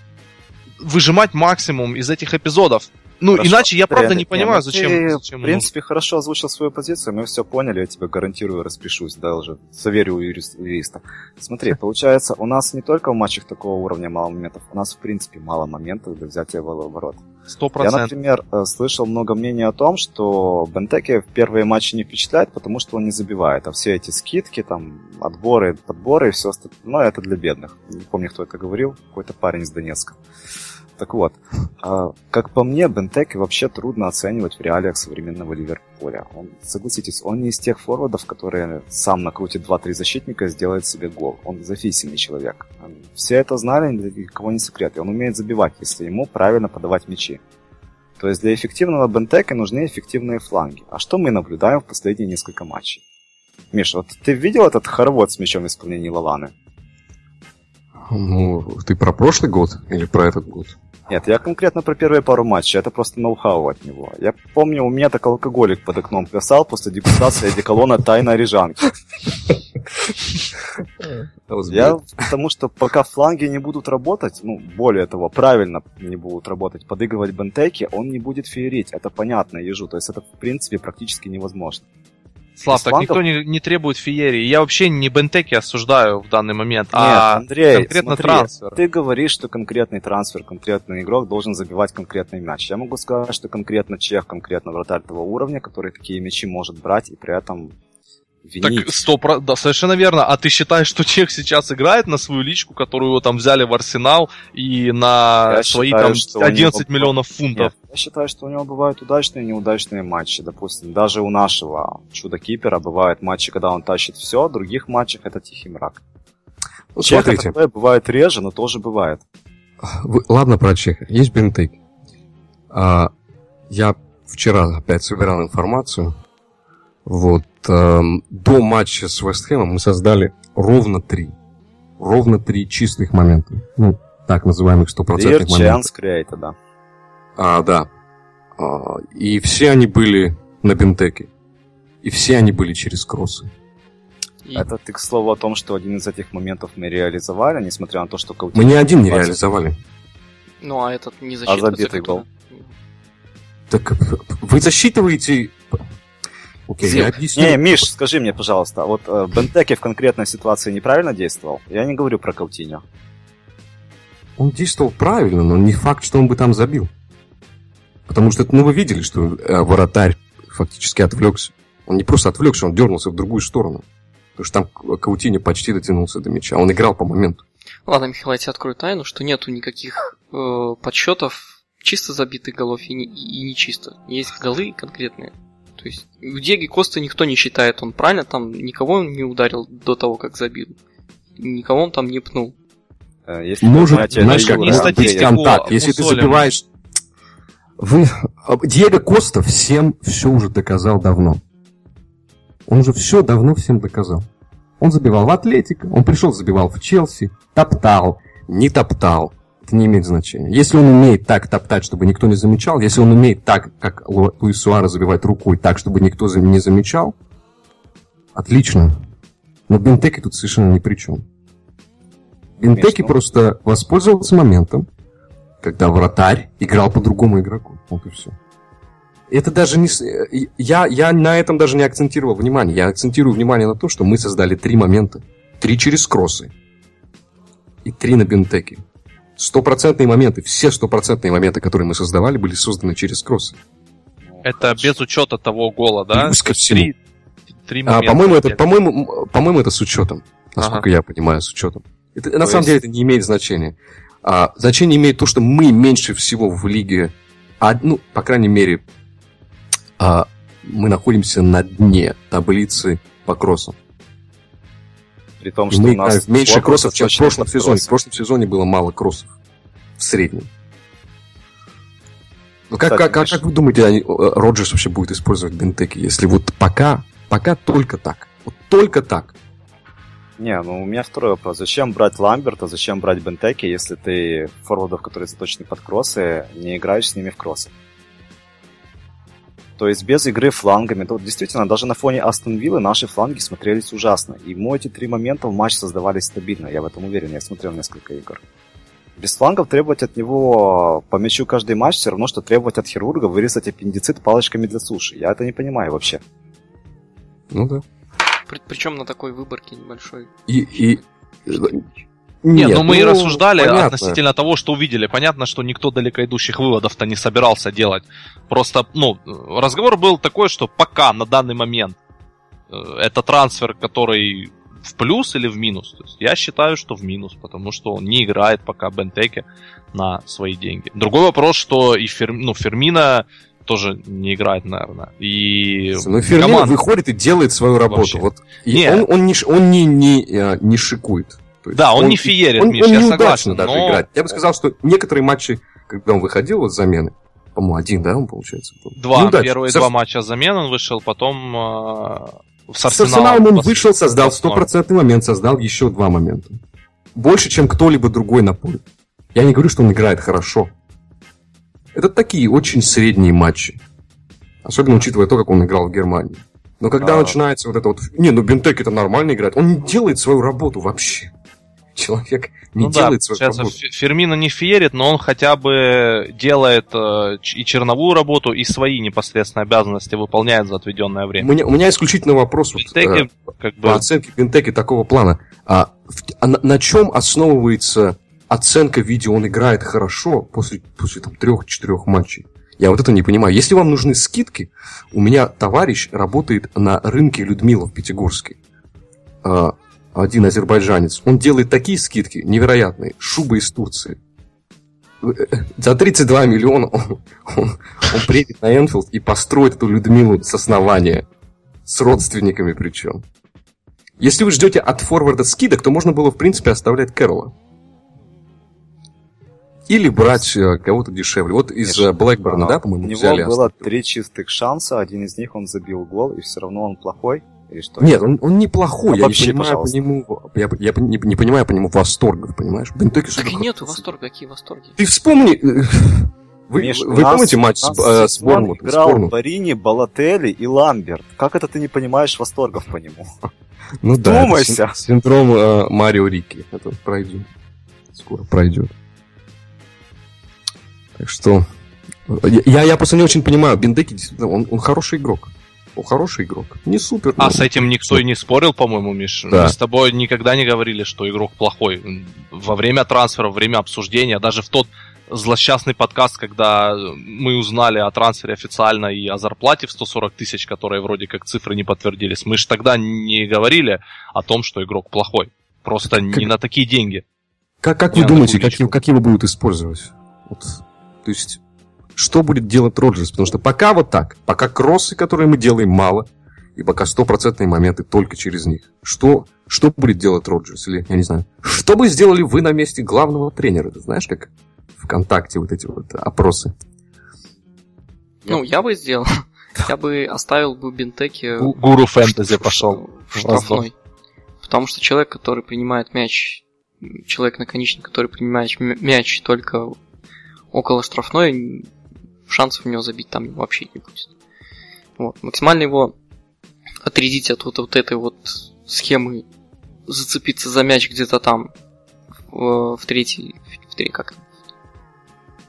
выжимать максимум из этих эпизодов. Ну, хорошо. иначе я правда Реально, не понимаю, ты, зачем, зачем... В принципе, ну... хорошо озвучил свою позицию, мы все поняли, я тебе гарантирую, распишусь, да, уже заверю юриста. Смотри, получается, у нас не только в матчах такого уровня мало моментов, у нас, в принципе, мало моментов для взятия ворот. Сто процентов. Я, например, слышал много мнений о том, что Бентеке в первые матчи не впечатляет, потому что он не забивает, а все эти скидки, там, отборы, подборы и все остальное, ну, это для бедных. Не помню, кто это говорил, какой-то парень из Донецка. Так вот, как по мне, Бентеке вообще трудно оценивать в реалиях современного Ливерпуля. Он, согласитесь, он не из тех форвардов, которые сам накрутит два-три защитника и сделает себе гол. Он зависимый человек. Все это знали, ни для кого не секрет. И он умеет забивать, если ему правильно подавать мячи. То есть для эффективного Бентеке нужны эффективные фланги. А что мы наблюдаем в последние несколько матчей? Миш, вот ты видел этот хоровод с мячом в исполнении Лаланы? Ну, ты про прошлый год или про этот год? Нет, я конкретно про первые пару матчей. Это просто ноу-хау от него. Я помню, у меня так алкоголик под окном плясал после дегустации одеколона «Тайна рижанки». Я потому что пока фланги не будут работать, ну, более того, правильно не будут работать, подыгрывать Бентеке, он не будет феерить. Это понятно, ежу. То есть это, в принципе, практически невозможно. Слав, так флангов... никто не, не требует феерии. Я вообще не Бентеке осуждаю в данный момент, Нет, а Андрей, конкретно смотри, трансфер. Ты говоришь, что конкретный трансфер, конкретный игрок должен забивать конкретный мяч. Я могу сказать, что конкретно чех, конкретно вратарь того уровня, который такие мячи может брать и при этом винить. Так, сто про... да, совершенно верно. А ты считаешь, что чех сейчас играет на свою личку, которую его там взяли в Арсенал, и на я свои считаю, там одиннадцать него... миллионов фунтов? Нет, я считаю, что у него бывают удачные и неудачные матчи. Допустим, даже у нашего чудо-кипера бывают матчи, когда он тащит все, в других матчах это тихий мрак. Ну, Чеха смотрите. такое бывает реже, но тоже бывает. Вы... Ладно про Чеха. Есть Бентеке. А, я вчера опять собирал информацию. Вот. Эм, до матча с Вест Хэмом мы создали ровно три. Ровно три чистых момента. Ну, так называемых стопроцентных моментов. Created, да. А, да. А, и все они были на Бентеке. И все они были через кроссы. И... Это ты, к слову, о том, что один из этих моментов мы реализовали, несмотря на то, что... Мы ни один не реализовали. Ну, а этот не засчитывается. А забитый гол? Так вы засчитываете... Окей, okay, я объясню. Не, Миш, скажи мне, пожалуйста, вот э, Бентеке в конкретной ситуации неправильно действовал? Я не говорю про Каутиньо. Он действовал правильно, но не факт, что он бы там забил. Потому что, ну, вы видели, что э, воротарь фактически отвлекся. Он не просто отвлекся, он дернулся в другую сторону. Потому что там Каутиньо почти дотянулся до мяча. Он играл по моменту. Ладно, Михаил, я тебе открою тайну, что нету никаких э, подсчетов чисто забитых голов и не, и не чисто. Есть голы конкретные. То есть у Диего Коста никто не считает, он правильно там никого не ударил до того, как забил. Никого он там не пнул. Если Может, знаешь, как, не статистику, так, если ты забиваешь... Вы... Диего Коста всем все уже доказал давно. Он уже все давно всем доказал. Он забивал в Атлетико, он пришел, забивал в Челси, топтал, не топтал. Это не имеет значения. Если он умеет так топтать, чтобы никто не замечал, если он умеет так, как Луис Суарес, забивать рукой так, чтобы никто не замечал, отлично. Но Бентеке тут совершенно ни при чем. Бентеке просто воспользовался моментом, когда вратарь играл по другому игроку. Вот и все. Это даже не... Я, я на этом даже не акцентировал внимание. Я акцентирую внимание на то, что мы создали три момента. Три через кроссы. И три на бентеке. Стопроцентные моменты. Все стопроцентные моменты, которые мы создавали, были созданы через кроссы. Это без учета того гола, да? Плюс ко всему. Три, три а, момента. по-моему, это, по-моему, по-моему, это с учетом. Насколько ага. я понимаю, с учетом. Это, на есть... самом деле это не имеет значения. А, значение имеет то, что мы меньше всего в лиге, а, ну, по крайней мере, а, мы находимся на дне таблицы по кроссам. При том, что мы, у нас меньше кроссов, чем в прошлом сезоне. В прошлом сезоне было мало кроссов. В среднем. Ну, как, Кстати, как, как вы думаете, они, Роджерс вообще будет использовать бентеки, если вот пока, пока только так? Вот только так. Не, ну у меня второй вопрос. Зачем брать Ламберта, зачем брать бентеки, если ты форвардов, которые заточены под кроссы, не играешь с ними в кроссы? То есть без игры флангами, то действительно, даже на фоне Астон Виллы наши фланги смотрелись ужасно. И мы эти три момента в матч создавались стабильно, я в этом уверен, я смотрел несколько игр. Без флангов требовать от него по мячу каждый матч все равно, что требовать от хирурга вырезать аппендицит палочками для суши. Я это не понимаю вообще. Ну да. При, причем на такой выборке небольшой. И... и... Нет, но мы ну, и рассуждали понятно. Относительно того, что увидели. Понятно, что никто далекоидущих выводов-то не собирался делать. Просто, ну, разговор был такой, что пока на данный момент это трансфер, который в плюс или в минус. То есть я считаю, что в минус, потому что он не играет пока Бентеке на свои деньги. Другой вопрос, что и Фер... ну, Фермино тоже не играет, наверное. И ну, Фермино команда... выходит и делает свою работу. Вот. И он, он, не, он не, не, не шикует. Да, он, он не феерит, он, Миш, он я неудачно согласен. даже но... играет. Я бы сказал, что некоторые матчи, когда он выходил вот с замены, по-моему, один, да, он, получается? Был? Два, неудачно. первые Со... два матча замен он вышел, потом э, с Арсеналом. С Арсеналом он вышел, создал стопроцентный момент, создал еще два момента. Больше, чем кто-либо другой на поле. Я не говорю, что он играет хорошо. Это такие очень средние матчи. Особенно учитывая то, как он играл в Германии. Но когда а... начинается вот это вот... Не, ну Бентек это нормально играет. Он не делает свою работу вообще. Человек не ну делает да, свою работу. Фермино не феерит, но он хотя бы делает э, и черновую работу, и свои непосредственные обязанности выполняет за отведенное время. У меня, у меня исключительно вопрос Бентеки, вот, как по бы... оценке Бентеки такого плана. А, а на, на чем основывается оценка видео, он играет хорошо после, после там, трех-четырех матчей? Я вот это не понимаю. Если вам нужны скидки, у меня товарищ работает на рынке Людмила в Пятигорске. А, один азербайджанец. Он делает такие скидки невероятные. Шуба из Турции. За тридцать два миллиона он, он, он приедет на Энфилд и построит эту Людмилу с основания. С родственниками причем. Если вы ждете от форварда скидок, то можно было, в принципе, оставлять Кэрролла. Или брать кого-то дешевле. Вот из Блэкберна, да, по-моему, взяли. У него было три чистых шанса, один из них он забил гол, и все равно он плохой. Или что? Нет, он, он неплохой. Я, Обобщи, не понимаю по нему, я, я не, не понимаю по нему восторгов, понимаешь? Бентеки так и нету восторга, какие восторги? Ты вспомни... Вы, Миш, вы нас, помните матч с, э, с Борнмутом? Играл Барини, Балотелли и Ламберт. Как это ты не понимаешь восторгов по нему? Ну да, Думайся. Синдром э, Марио Рикки. Это пройдет. Скоро пройдет. Так что... Я, я просто не очень понимаю. Бентеки, действительно, он, он хороший игрок. Он хороший игрок. Не супер. А с этим никто и не спорил, по-моему, Миш. Да. Мы с тобой никогда не говорили, что игрок плохой. Во время трансфера, во время обсуждения, даже в тот злосчастный подкаст, когда мы узнали о трансфере официально и о зарплате в сто сорок тысяч, которые вроде как цифры не подтвердились, мы же тогда не говорили о том, что игрок плохой. Просто как, не на такие деньги. Как, как вы думаете, как, как его будут использовать? Вот, то есть... Что будет делать Роджерс? Потому что пока вот так, пока кроссы, которые мы делаем, мало, и пока стопроцентные моменты только через них. Что, что будет делать Роджерс? Или, я не знаю, что бы сделали вы на месте главного тренера? Ты знаешь, как ВКонтакте вот эти вот опросы? Ну, я бы сделал. Я бы оставил бы Бентеки... Гуру фэнтези пошел. В штрафной. Потому что человек, который принимает мяч, человек-наконечник, который принимает мяч только около штрафной, шансов у него забить там вообще не будет. Вот. Максимально его отрядить от вот, вот этой вот схемы, зацепиться за мяч где-то там в, в третьей, в третьей, как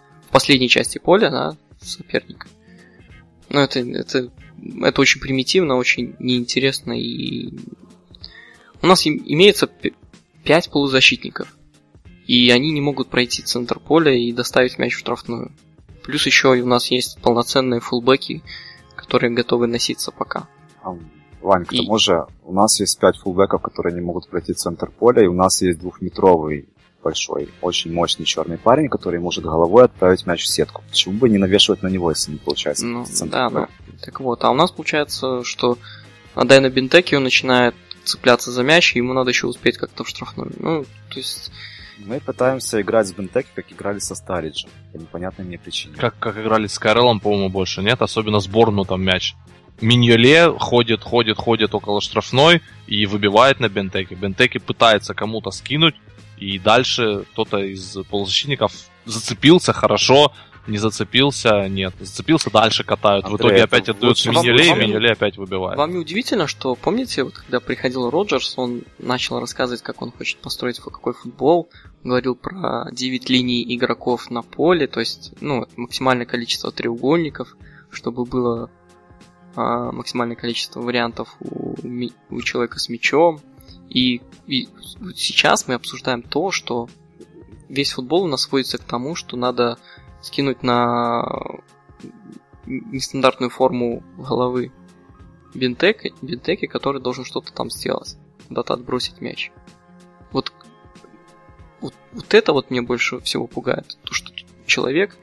последней части поля, да, соперника. Но это, это, это очень примитивно, очень неинтересно. И у нас имеется пять полузащитников. И они не могут пройти центр поля и доставить мяч в штрафную. Плюс еще у нас есть полноценные фулбеки, которые готовы носиться пока. Вань, к и... тому же у нас есть пять фулбеков, которые не могут пройти центр поля, и у нас есть двухметровый большой, очень мощный черный парень, который может головой отправить мяч в сетку. Почему бы не навешивать на него, если не получается? Ну, да, да. Так вот, а у нас получается, что отдай на Бентеке, он начинает цепляться за мяч, и ему надо еще успеть как-то в штрафную. Ну, то есть... Мы пытаемся играть с Бентеки, как играли со Стариджем, по непонятной мне причине. Как, как играли с Кайреллом, по-моему, больше нет, особенно с Борнмутом мяч. Миньоле ходит, ходит, ходит около штрафной и выбивает на Бентеке. Бентеке пытается кому-то скинуть, и дальше кто-то из полузащитников зацепился хорошо, не зацепился, нет. Зацепился, дальше катают. Андрей, в итоге опять отдают Миньоле, и Миньоле опять выбивает. Вам не удивительно, что, помните, вот когда приходил Роджерс, он начал рассказывать, как он хочет построить какой футбол, говорил про девять линий игроков на поле, то есть, ну, максимальное количество треугольников, чтобы было а, максимальное количество вариантов у, у человека с мячом. И, и сейчас мы обсуждаем то, что весь футбол у нас сводится к тому, что надо скинуть на нестандартную форму головы Бентеки, Бентеки, который должен что-то там сделать, куда-то отбросить мяч. Вот, вот, вот это вот мне больше всего пугает. То, что человек,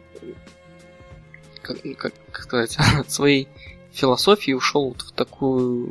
как, как, как сказать, от своей философии ушел вот в такую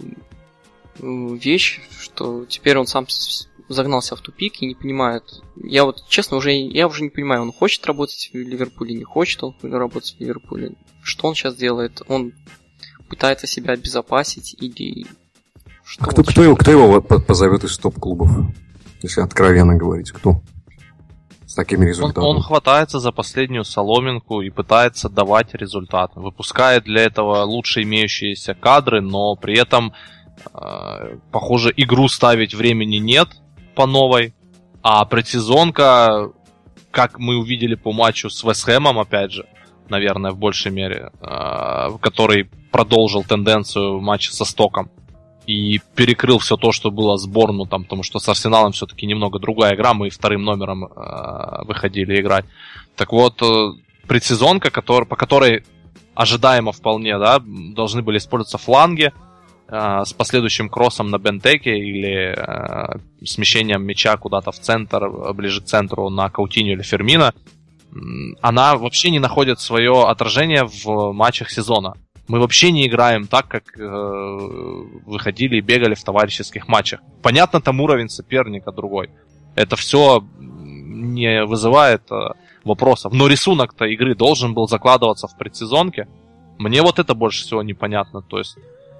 вещь, что теперь он сам загнался в тупик и не понимает. Я вот, честно, уже я уже не понимаю, он хочет работать в Ливерпуле, не хочет он работать в Ливерпуле. Что он сейчас делает? Он пытается себя обезопасить или... Что а кто, кто, его, кто его позовет из топ-клубов? Если откровенно говорить, кто? С такими результатами. Он, он хватается за последнюю соломинку и пытается давать результат. Выпускает для этого лучше имеющиеся кадры, но при этом, э, похоже, игру ставить времени нет по новой. А предсезонка, как мы увидели по матчу с Вест Хэмом, опять же, наверное, в большей мере, э, который продолжил тенденцию матча со Стоком и перекрыл все то, что было с Борнмутом, потому что с Арсеналом все-таки немного другая игра, мы вторым номером э, выходили играть. Так вот, э, предсезонка, который, по которой ожидаемо вполне, да, должны были использоваться фланги э, с последующим кроссом на Бентеке или э, смещением мяча куда-то в центр, ближе к центру на Каутиньо или Фермино, она вообще не находит свое отражение в матчах сезона. Мы вообще не играем так, как э, выходили и бегали в товарищеских матчах. Понятно, там уровень соперника другой. Это все не вызывает э, вопросов. Но рисунок-то игры должен был закладываться в предсезонке. Мне вот это больше всего непонятно. То есть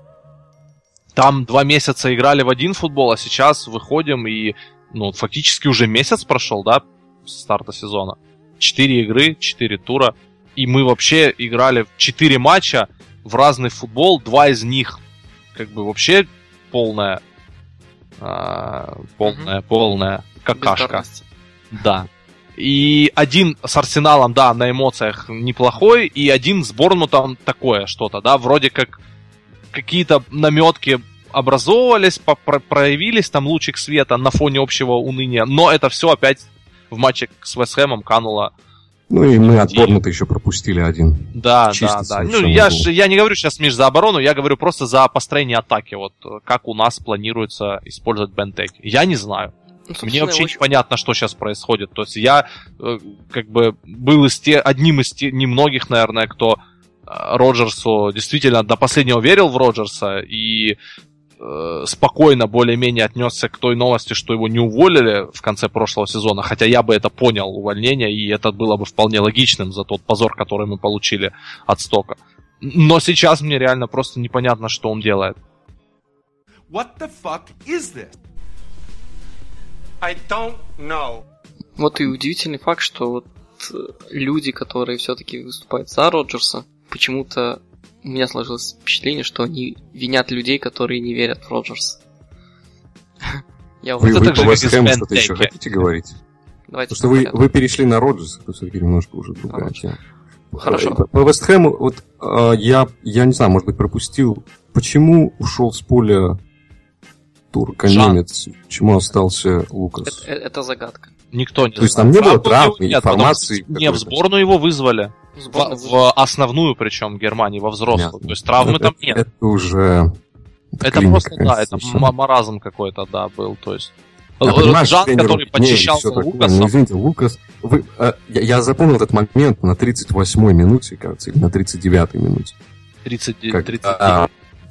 там два месяца играли в один футбол, а сейчас выходим и ну, фактически уже месяц прошел, да, с старта сезона. Четыре игры, четыре тура. И мы вообще играли в четыре матча в разный футбол, два из них как бы вообще полная а, полная, угу. полная какашка. Да. И один с Арсеналом, да, на эмоциях неплохой, и один с Борнмутом такое что-то, да, вроде как какие-то наметки образовывались, проявились, там лучик света на фоне общего уныния, но это все опять в матче с Вест Хэмом кануло. Ну и мы от Борнмута еще пропустили один. Да, да, да. Ну, я, ж, я не говорю сейчас, Миш, за оборону, я говорю просто за построение атаки. Вот как у нас планируется использовать Бентеки. Я не знаю. Ну, мне вообще очень... непонятно, что сейчас происходит. То есть я э, как бы был из те, одним из те, немногих, наверное, кто э, Роджерсу действительно до последнего верил в Роджерса и э, спокойно более-менее отнесся к той новости, что его не уволили в конце прошлого сезона. Хотя я бы это понял, увольнение, и это было бы вполне логичным за тот позор, который мы получили от Стока. Но сейчас мне реально просто непонятно, что он делает. What the fuck is this? I don't know. Вот и удивительный факт, что вот люди, которые все-таки выступают за Роджерса, почему-то у меня сложилось впечатление, что они винят людей, которые не верят в Роджерса. Вы, вы по Вест Хэму что-то еще хотите говорить? Давайте Потому что вы, вы перешли на Роджерс, это все-таки немножко уже другая тема. Хорошо. По, по Вест Хэму, вот э, я, я не знаю, может быть, пропустил, почему ушел с поля турко-немец, почему остался Лукас? Это, это загадка. Никто не То есть знает. там не было Правда, травм, нет, информации? потому что- Не, в сборную его вызвали. В, Сборную в основную, причем, Германии, во взрослую. Понятно. То есть травмы это, там нет. Это, это уже... Это, клиника, просто, да, конечно, это всё. ма- маразм какой-то, да, был. То есть Я Э, понимаю, Жан, что тренеру который гнев и подчищался всё такое, Лукасом. но извините, Лукас... Вы, э, я, я запомнил этот момент на тридцать восьмой минуте, кажется, или на тридцать девятой минуте. тридцать, Как, тридцать а,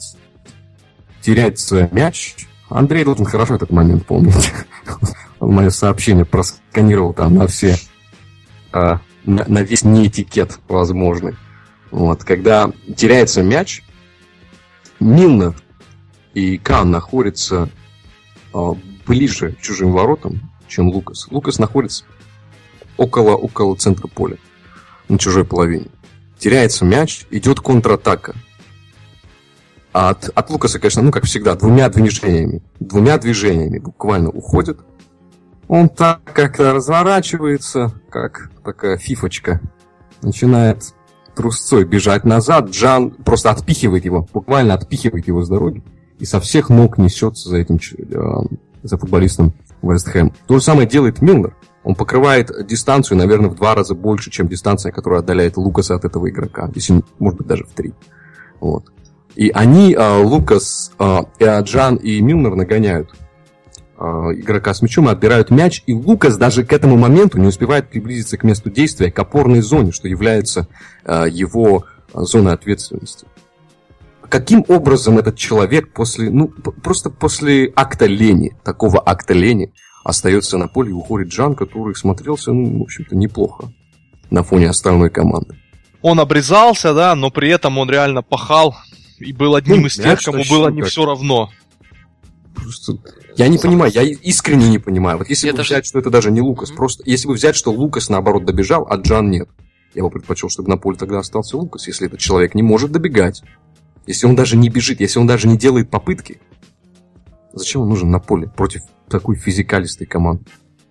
теряется мяч. Андрей должен хорошо этот момент помнить. Он мое сообщение просканировал там на все... а, на, на весь неэтикет возможный. Вот, когда теряется мяч, Милнер и Кан находятся а, ближе к чужим воротам, чем Лукас. Лукас находится около, около центра поля, на чужой половине. Теряется мяч, идет контратака. А от, от Лукаса, конечно, ну, как всегда, двумя движениями. Двумя движениями буквально уходит. Он так как-то разворачивается, как такая фифочка. Начинает трусцой бежать назад. Джан просто отпихивает его, буквально отпихивает его с дороги. И со всех ног несется за этим за футболистом Вест Хэм. То же самое делает Милнер. Он покрывает дистанцию, наверное, в два раза больше, чем дистанция, которая отдаляет Лукаса от этого игрока. Если, может быть, даже в три. Вот. И они, Лукас, Джан и Милнер нагоняют игрока с мячом и отбирают мяч. И Лукас даже к этому моменту не успевает приблизиться к месту действия, к опорной зоне, что является его зоной ответственности. Каким образом этот человек после, ну, просто после акта лени, такого акта лени, остается на поле и уходит Джан, который смотрелся, ну, в общем-то, неплохо на фоне остальной команды. Он обрезался, да, но при этом он реально пахал и был одним Ну, из тех, кому было не как... все равно. Просто... Я не понимаю, я искренне не понимаю. Вот если Это бы же... взять, что это даже не Лукас, Mm-hmm. просто если бы взять, что Лукас наоборот добежал, а Джан нет, я бы предпочел, чтобы на поле тогда остался Лукас, если этот человек не может добегать. Если он даже не бежит, если он даже не делает попытки, зачем он нужен на поле против такой физикалистой команды?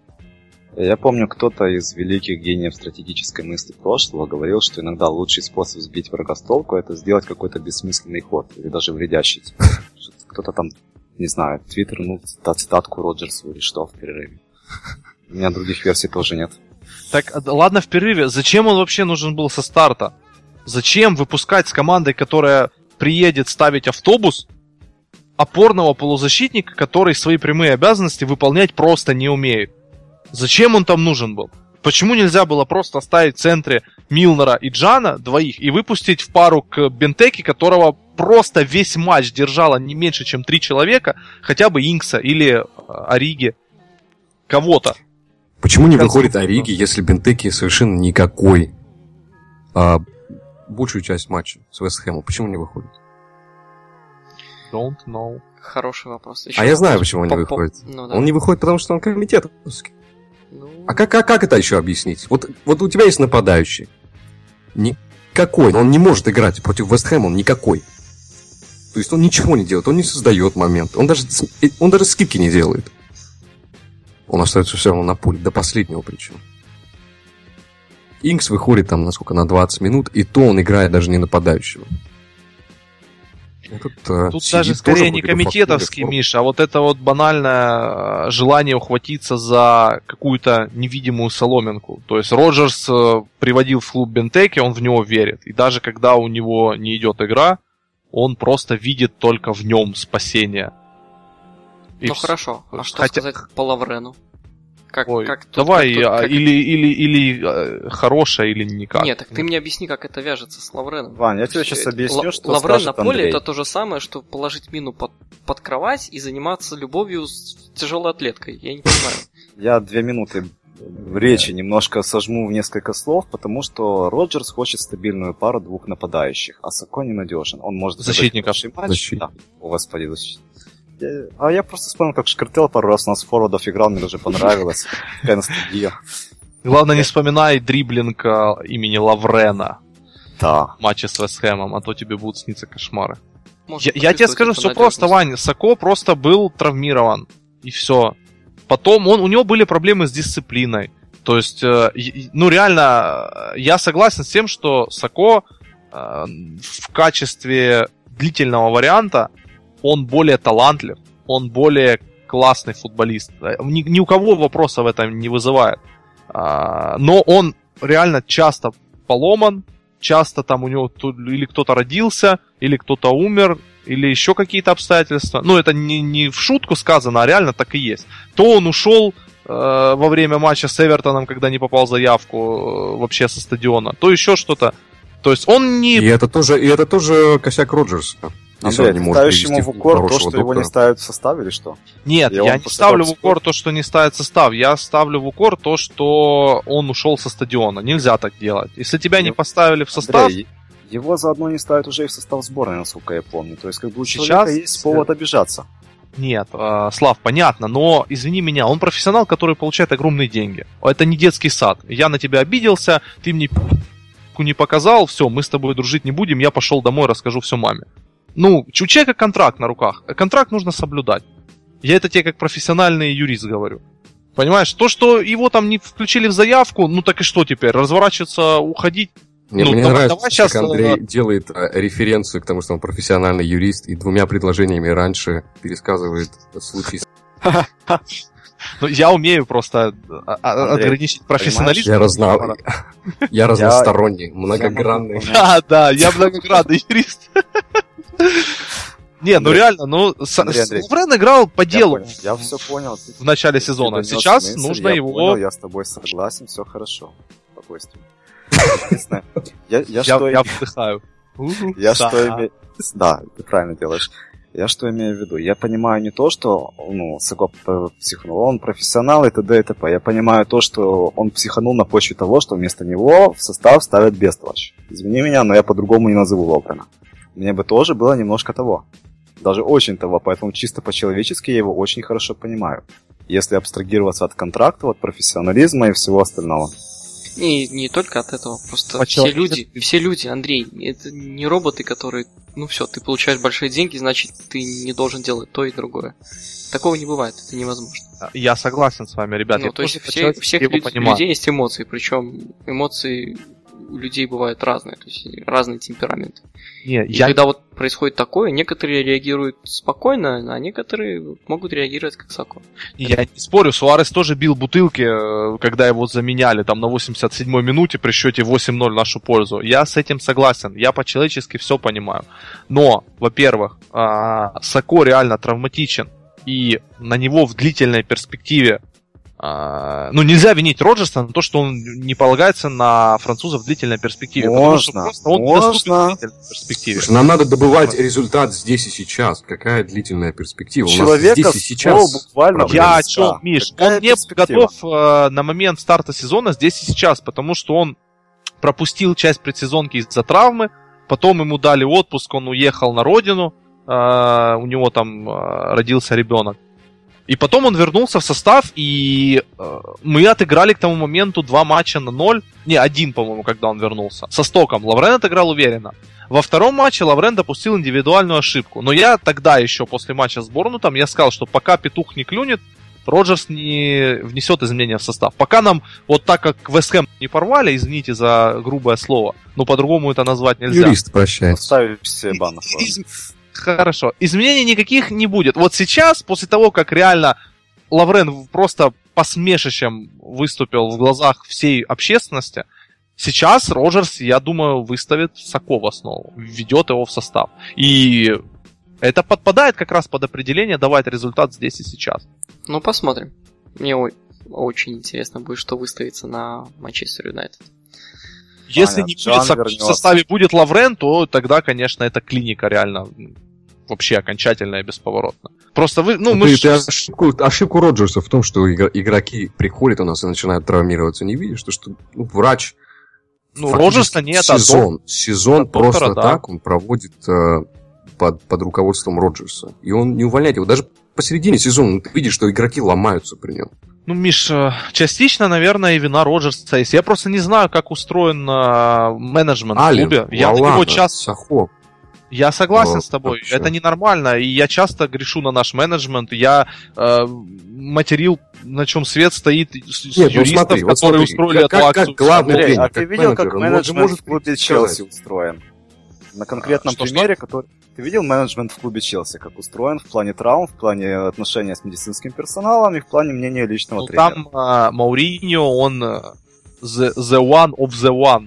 Я помню, кто-то из великих гениев стратегической мысли прошлого говорил, что иногда лучший способ сбить врага с толку — это сделать какой-то бессмысленный ход, или даже вредящий. Кто-то там, не знаю, твиттернул цитатку Роджерсу или что в перерыве. У меня других версий тоже нет. Так, ладно, в перерыве. Зачем он вообще нужен был со старта? Зачем выпускать с командой, которая приедет ставить автобус, опорного полузащитника, который свои прямые обязанности выполнять просто не умеет? Зачем он там нужен был? Почему нельзя было просто оставить в центре Милнера и Джана двоих и выпустить в пару к Бентеке, которого просто весь матч держало не меньше, чем три человека, хотя бы Инкса или Ориги, кого-то? Почему не выходит Ориги, если Бентеки совершенно никакой? А, большую часть матча с Вест Хэмом. Почему не выходит? Don't know. Хороший вопрос. Еще а я знаю, почему он не выходит. Ну, да. Он не выходит, потому что он комитетовский. Ну... А как, как, как это еще объяснить? Вот, вот у тебя есть нападающий. Никакой. Он не может играть против Вест Хэма, он никакой. То есть он ничего не делает, он не создает момент. Он даже, он даже скидки не делает. Он остается все равно на поле, до последнего причем. Инкс выходит там, насколько, на двадцать минут, и то он играет даже не нападающего. Тут, Тут даже скорее не комитетовский, Миша, а вот это вот банальное желание ухватиться за какую-то невидимую соломинку. То есть Роджерс приводил в клуб Бентеки, он в него верит. И даже когда у него не идет игра, он просто видит только в нем спасение. И ну все. Хорошо, а что Хотя... сказать по Лаврену? Как, Ой, как тут, давай, как тут, как... или, или, или э, хорошее, или никак. Нет, так ты мне объясни, как это вяжется с Лавреном. Вань, я тебе сейчас объясню, Л- что Лаврен скажет на поле Андрей. Это то же самое, что положить мину под, под кровать и заниматься любовью с тяжелой атлеткой. Я не понимаю. Я две минуты в речи немножко сожму в несколько слов, потому что Роджерс хочет стабильную пару двух нападающих, а Сако ненадежен. Он может... Защитников. Защит. Да, о, господи, защитник. А я просто вспомнил, как Шкартел пару раз у нас форвардов играл, мне даже понравилось. Такая ностальгия. Главное, не вспоминай дриблинг имени Лаврена. Да. В матче с Вест Хэмом, а то тебе будут сниться кошмары. Может, я, я тебе скажу, все просто, Вань. Сако просто был травмирован. И все. Потом он, у него были проблемы с дисциплиной. То есть, ну реально, я согласен с тем, что Сако в качестве длительного варианта он более талантлив, он более классный футболист. Ни, ни у кого вопроса в этом не вызывает. Но он реально часто поломан, часто там у него тут или кто-то родился, или кто-то умер, или еще какие-то обстоятельства. Ну, это не, не в шутку сказано, а реально так и есть. То он ушел э, во время матча с Эвертоном, когда не попал заявку э, вообще со стадиона, то еще что-то. То есть он не... И это тоже, и это тоже косяк Роджерса. Андрей, ты ставишь ему в укор то, что доктора. Его не ставят в состав или что? Нет, я, я не ставлю в укор то, что не ставят в состав. Я ставлю в укор то, что он ушел со стадиона. Нельзя так делать. Если тебя его... не поставили в состав... Андрей, его заодно не ставят уже и в состав сборной, насколько я помню. То есть как бы у сейчас человека есть повод обижаться. Нет, э, Слав, понятно, но извини меня, он профессионал, который получает огромные деньги. Это не детский сад. Я на тебя обиделся, ты мне не показал, все, мы с тобой дружить не будем, я пошел домой, расскажу все маме. Ну, у человека контракт на руках. Контракт нужно соблюдать. Я это тебе как профессиональный юрист говорю. Понимаешь, то, что его там не включили в заявку, ну так и что теперь? Разворачиваться, уходить? Мне, ну, мне давай, нравится, давай сейчас... как Андрей делает референцию к тому, что он профессиональный юрист, и двумя предложениями раньше пересказывает случай. Ну, я умею просто ограничить профессионализм. Я разнал. Я разносторонний, многогранный. Да, да, я многогранный юрист. Не, ну реально, ну Лаврен играл по делу. Я все понял. В начале сезона. Сейчас нужно его... Я с тобой согласен, все хорошо. Спокойствие. Я Я вдыхаю. Я что имею... Да, ты правильно делаешь. Я что имею в виду? Я понимаю не то, что ну, Сако психанул, он профессионал и т.д. и т.п. Я понимаю то, что он психанул на почве того, что вместо него в состав ставят Бестолочь. Извини меня, но я по-другому не назову Лаврена. Мне бы тоже было немножко того. Даже очень того, поэтому чисто по-человечески я его очень хорошо понимаю. Если абстрагироваться от контракта, от профессионализма и всего остального. Не, не только от этого, просто все люди, все люди, Андрей, это не роботы, которые, ну все, ты получаешь большие деньги, значит, ты не должен делать то и другое. Такого не бывает, это невозможно. Я согласен с вами, ребят. Ну, я то есть все, всех люд, людей есть эмоции, причем эмоции у людей бывают разные, то есть разный темперамент. Не, и я... когда вот происходит такое, некоторые реагируют спокойно, а некоторые могут реагировать как Сако. Я не спорю, Суарес тоже бил бутылки, когда его заменяли там на восемьдесят седьмой минуте при счете восемь ноль в нашу пользу. Я с этим согласен, я по-человечески все понимаю. Но, во-первых, Сако реально травматичен, и на него в длительной перспективе ну, нельзя винить Роджерса на то, что он не полагается на французов в длительной перспективе. Можно, потому что он можно. В длительной перспективе. Нам надо добывать результат здесь и сейчас. Какая длительная перспектива? Человека у нас здесь и сейчас буквально. Я о чем, Миш? Какая он не был готов э, на момент старта сезона здесь и сейчас, потому что он пропустил часть предсезонки из-за травмы, потом ему дали отпуск, он уехал на родину, э, у него там э, родился ребенок. И потом он вернулся в состав, и э, мы отыграли к тому моменту два матча на ноль. Не, один, по-моему, когда он вернулся. Со Стоком. Лаврен отыграл уверенно. Во втором матче Лаврен допустил индивидуальную ошибку. Но я тогда еще, после матча с Борнмутом, я сказал, что пока петух не клюнет, Роджерс не внесет изменения в состав. Пока нам, вот так как Вест Хэм не порвали, извините за грубое слово, но по-другому это назвать нельзя. Юрист прощается. Ставишь все банов. Хорошо. Изменений никаких не будет. Вот сейчас, после того, как реально Лаврен просто посмешищем выступил в глазах всей общественности, сейчас Роджерс, я думаю, выставит Сако в основу, введет его в состав. И это подпадает как раз под определение давать результат здесь и сейчас. Ну, посмотрим. Мне очень интересно будет, что выставится на Манчестер Юнайтед. Если не будет Сако в составе, будет Лаврен, то тогда, конечно, это клиника реально вообще окончательная и бесповоротно. Просто вы, ну, ну мы... Ты, ты ошибку, ошибку Роджерса в том, что игроки приходят у нас и начинают травмироваться. Не видишь, что, что ну, врач... Ну, Роджерса нет, сезон, а сезон от просто доктора, так да. Он проводит э, под, под руководством Роджерса. И он не увольняет его. Даже посередине сезона ты видишь, что игроки ломаются при нем. Ну, Миш, частично, наверное, и вина Роджерса есть. Я просто не знаю, как устроен э, менеджмент в клубе. Я на него часто... Сахо. Я согласен Но, с тобой, вообще. это ненормально, и я часто грешу на наш менеджмент, я э, материл, на чем свет стоит, с, с Нет, ну юристов, смотри, вот которые смотри, устроили как- эту как акцию. главный Андрей, тренер, а ты как видел, как менеджер, он менеджмент может в клубе сказать. Челси устроен? На конкретном Что, что? примере, который... Ты видел менеджмент в клубе Челси, как устроен в плане травм, в плане отношения с медицинским персоналом и в плане мнения личного Ну, тренера? там а, Мауриньо, он э, the, the one of the one.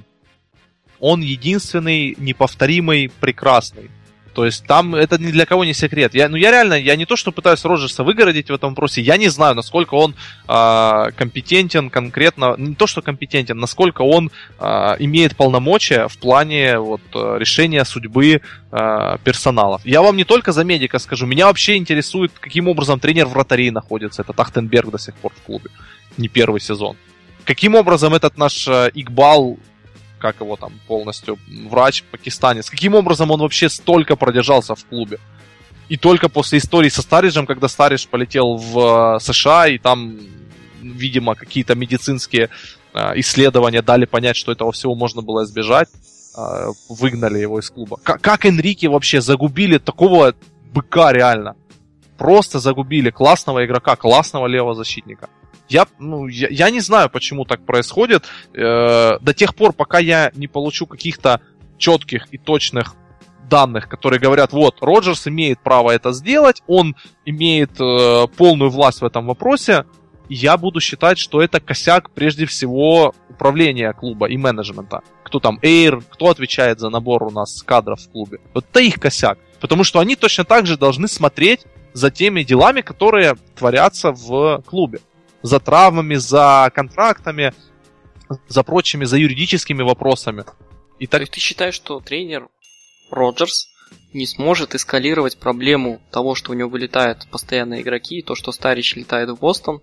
Он единственный, неповторимый, прекрасный. То есть там это ни для кого не секрет. Я, ну я реально, я не то что пытаюсь Роджерса выгородить в этом вопросе, я не знаю, насколько он э, компетентен конкретно, не то что компетентен, насколько он э, имеет полномочия в плане вот, решения судьбы э, персоналов. Я вам не только за медика скажу, меня вообще интересует, каким образом тренер вратарей находится. Это Тахтенберг до сих пор в клубе, не первый сезон. Каким образом этот наш э, Игбал, как его там полностью, врач, пакистанец, каким образом он вообще столько продержался в клубе? И только после истории со Стариджем, когда Старидж полетел в США, и там, видимо, какие-то медицинские э, исследования дали понять, что этого всего можно было избежать, э, выгнали его из клуба. К- как Энрике вообще загубили такого быка реально? Просто загубили классного игрока, классного левого защитника. Я, ну, я, я не знаю, почему так происходит. Э, до тех пор, пока я не получу каких-то четких и точных данных, которые говорят, вот, Роджерс имеет право это сделать, он имеет э, полную власть в этом вопросе, я буду считать, что это косяк прежде всего управления клуба и менеджмента. Кто там, Эйр, кто отвечает за набор у нас кадров в клубе. Вот это их косяк. Потому что они точно так же должны смотреть за теми делами, которые творятся в клубе. За травмами, за контрактами, за прочими, за юридическими вопросами. И То так... есть ты считаешь, что тренер Роджерс не сможет эскалировать проблему того, что у него вылетают постоянные игроки, то, что Старич летает в Бостон,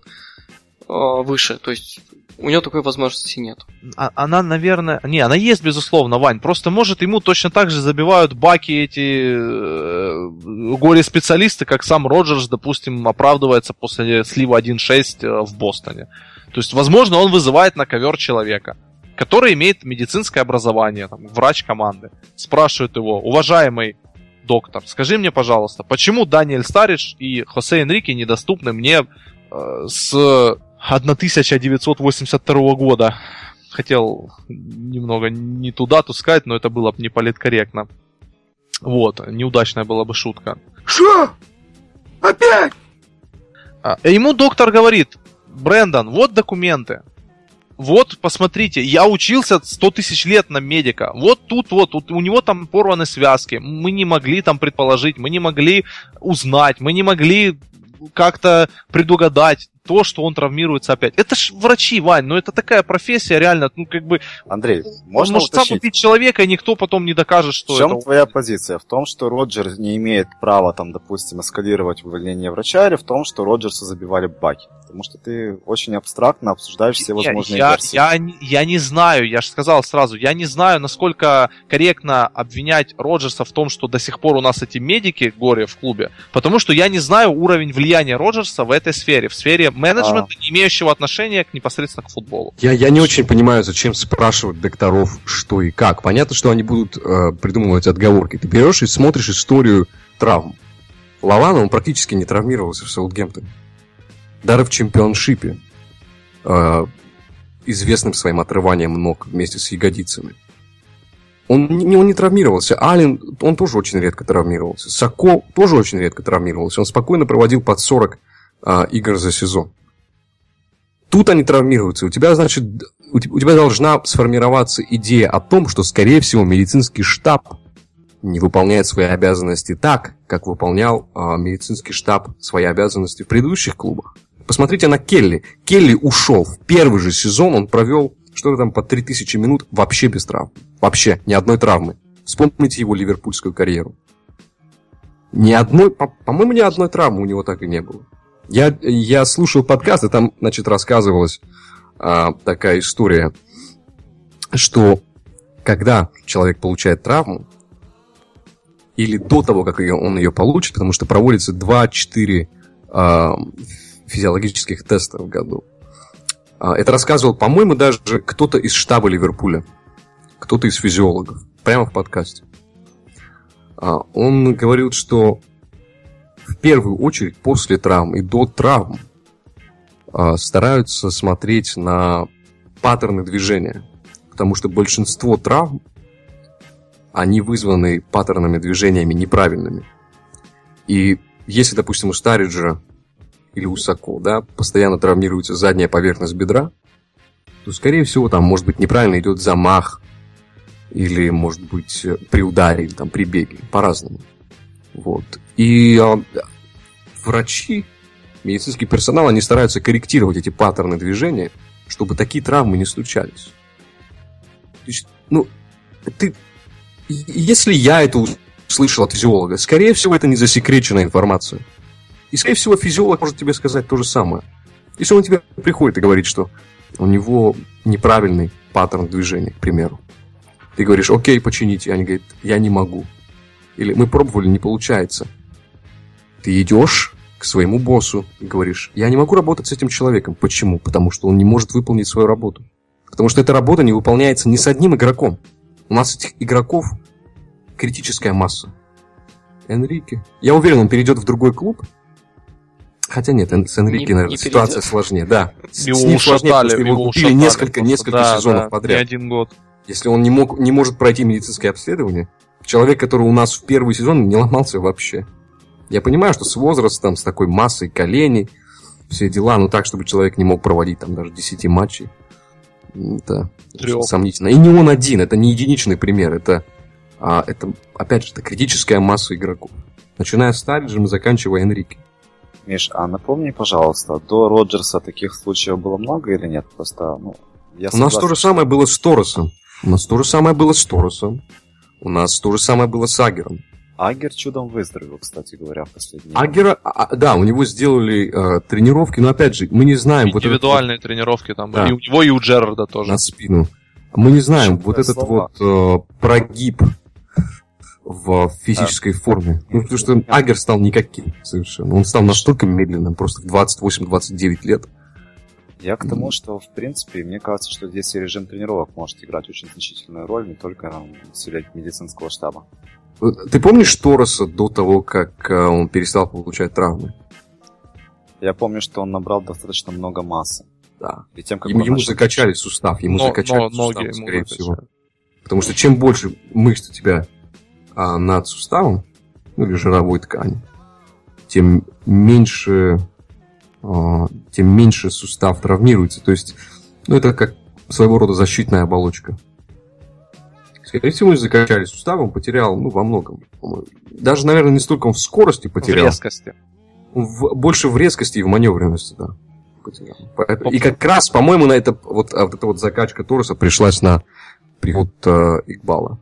выше. То есть у него такой возможности нет. А, она, наверное... Не, она есть, безусловно, Вань. Просто, может, ему точно так же забивают баки эти э, горе-специалисты, как сам Роджерс, допустим, оправдывается после слива один шесть в Бостоне. То есть, возможно, он вызывает на ковер человека, который имеет медицинское образование, там, врач команды. Спрашивает его, уважаемый доктор, скажи мне, пожалуйста, почему Даниэль Старидж и Хосе Энрике недоступны мне э, с... тысяча девятьсот восемьдесят второго года. Хотел немного не ту дату сказать, но это было бы не политкорректно. Вот, неудачная была бы шутка. Что? Опять? А, ему доктор говорит, Брэндон, вот документы. Вот, посмотрите, я учился сто тысяч лет на медика. Вот тут вот, у него там порваны связки. Мы не могли там предположить, мы не могли узнать, мы не могли как-то предугадать то, что он травмируется опять. Это ж врачи, Вань, ну это такая профессия, реально, ну как бы... Андрей, Он можно может сам уточнить? убить человека, и никто потом не докажет, что В чем это... твоя позиция? В том, что Роджерс не имеет права, там, допустим, эскалировать увольнение врача, или в том, что Роджерсу забивали баки? Потому что ты очень абстрактно обсуждаешь все возможные я, версии. я, я, я не знаю, я же сказал сразу, я не знаю, насколько корректно обвинять Роджерса в том, что до сих пор у нас эти медики горе в клубе, потому что я не знаю уровень влияния Роджерса в этой сфере, в сфере менеджмента, а. не имеющего отношения к, непосредственно к футболу. Я, я не очень понимаю, зачем спрашивать докторов, что и как. Понятно, что они будут э, придумывать отговорки. Ты берешь и смотришь историю травм. Лавана, он практически не травмировался в Саутгемптоне. Даже в чемпионшипе, э, известным своим отрыванием ног вместе с ягодицами. Он не, он не травмировался. Аллен, он тоже очень редко травмировался. Сако тоже очень редко травмировался. Он спокойно проводил под сорок э, игр за сезон. Тут они травмируются. У тебя, значит, у тебя должна сформироваться идея о том, что, скорее всего, медицинский штаб не выполняет свои обязанности так, как выполнял э, медицинский штаб свои обязанности в предыдущих клубах. Посмотрите на Келли. Келли ушел. В первый же сезон он провел что-то там по три тысячи минут вообще без травм. Вообще, ни одной травмы. Вспомните его ливерпульскую карьеру. Ни одной, по- по-моему, ни одной травмы у него так и не было. Я, я слушал подкаст, и там, значит, рассказывалась а, такая история, что когда человек получает травму, или до того, как ее, он ее получит, потому что проводится два-четыре а, физиологических теста в году. А, это рассказывал, по-моему, даже кто-то из штаба Ливерпуля, кто-то из физиологов, прямо в подкасте. Он говорил, что в первую очередь после травм и до травм стараются смотреть на паттерны движения. Потому что большинство травм, они вызваны паттернами движениями неправильными. И если, допустим, у Старриджа или у Сако, да, постоянно травмируется задняя поверхность бедра, то, скорее всего, там, может быть, неправильно идет замах, или, может быть, при ударе, или там, при беге, по-разному. Вот. И а, врачи, медицинский персонал, они стараются корректировать эти паттерны движения, чтобы такие травмы не случались. То есть, ну, ты... Если я это услышал от физиолога, скорее всего, это не засекреченная информация. И, скорее всего, физиолог может тебе сказать то же самое. Если он тебе приходит и говорит, что у него неправильный паттерн движения, к примеру. Ты говоришь, окей, почините. И они говорят, я не могу. Или мы пробовали, не получается. Ты идешь к своему боссу и говоришь, я не могу работать с этим человеком. Почему? Потому что он не может выполнить свою работу. Потому что эта работа не выполняется ни с одним игроком. У нас этих игроков критическая масса. Энрике. Я уверен, он перейдет в другой клуб. Хотя нет, с Энрике, не, наверное, не ситуация перейдет. Сложнее. Да. С, его с ним ушатали, сложнее, потому что его купили несколько, несколько да, сезонов да, подряд. Не один год. Если он не, мог, не может пройти медицинское обследование, человек, который у нас в первый сезон не ломался вообще. Я понимаю, что с возрастом, с такой массой коленей, все дела, но так, чтобы человек не мог проводить там даже десять матчей, это очень сомнительно. И не он один, это не единичный пример, это, а, это опять же, это критическая масса игроков. Начиная с Старриджем и заканчивая Энрике. Миш, а напомни, пожалуйста, до Роджерса таких случаев было много или нет? Просто, ну, я У нас то же самое было с Торресом. У нас то же самое было с Торресом. У нас то же самое было с Агером. Агер чудом выздоровел, кстати говоря, в последние Агера, а, да, у него сделали э, тренировки, но опять же, мы не знаем... Индивидуальные вот этот, тренировки там, да. И у него, и у Джерарда тоже. На спину. Мы не знаем, Что вот этот слова? вот э, прогиб в физической а. форме. Ну, потому что Агер стал никаким совершенно. Он стал настолько медленным, просто в двадцать восемь - двадцать девять лет. Я к тому, что, в принципе, мне кажется, что здесь и режим тренировок может играть очень значительную роль, не только усилять медицинского штаба. Ты помнишь Торреса до того, как он перестал получать травмы? Я помню, что он набрал достаточно много массы. Да. И тем, как ему ему начал... закачали сустав, ему но, закачали но, сустав, ноги скорее ему всего. Потому что чем больше мышц у тебя а, над суставом, ну или жировой ткани, тем меньше, а, тем меньше сустав травмируется. То есть, ну это как своего рода защитная оболочка. Скорее всего, закачали сустав, он потерял, ну, во многом. Даже, наверное, не столько он в скорости потерял. В резкости. В, больше в резкости и в маневренности, да. Потерял. И как раз, по-моему, на это вот, вот эта вот закачка Торреса пришлась на приход э, Игбала.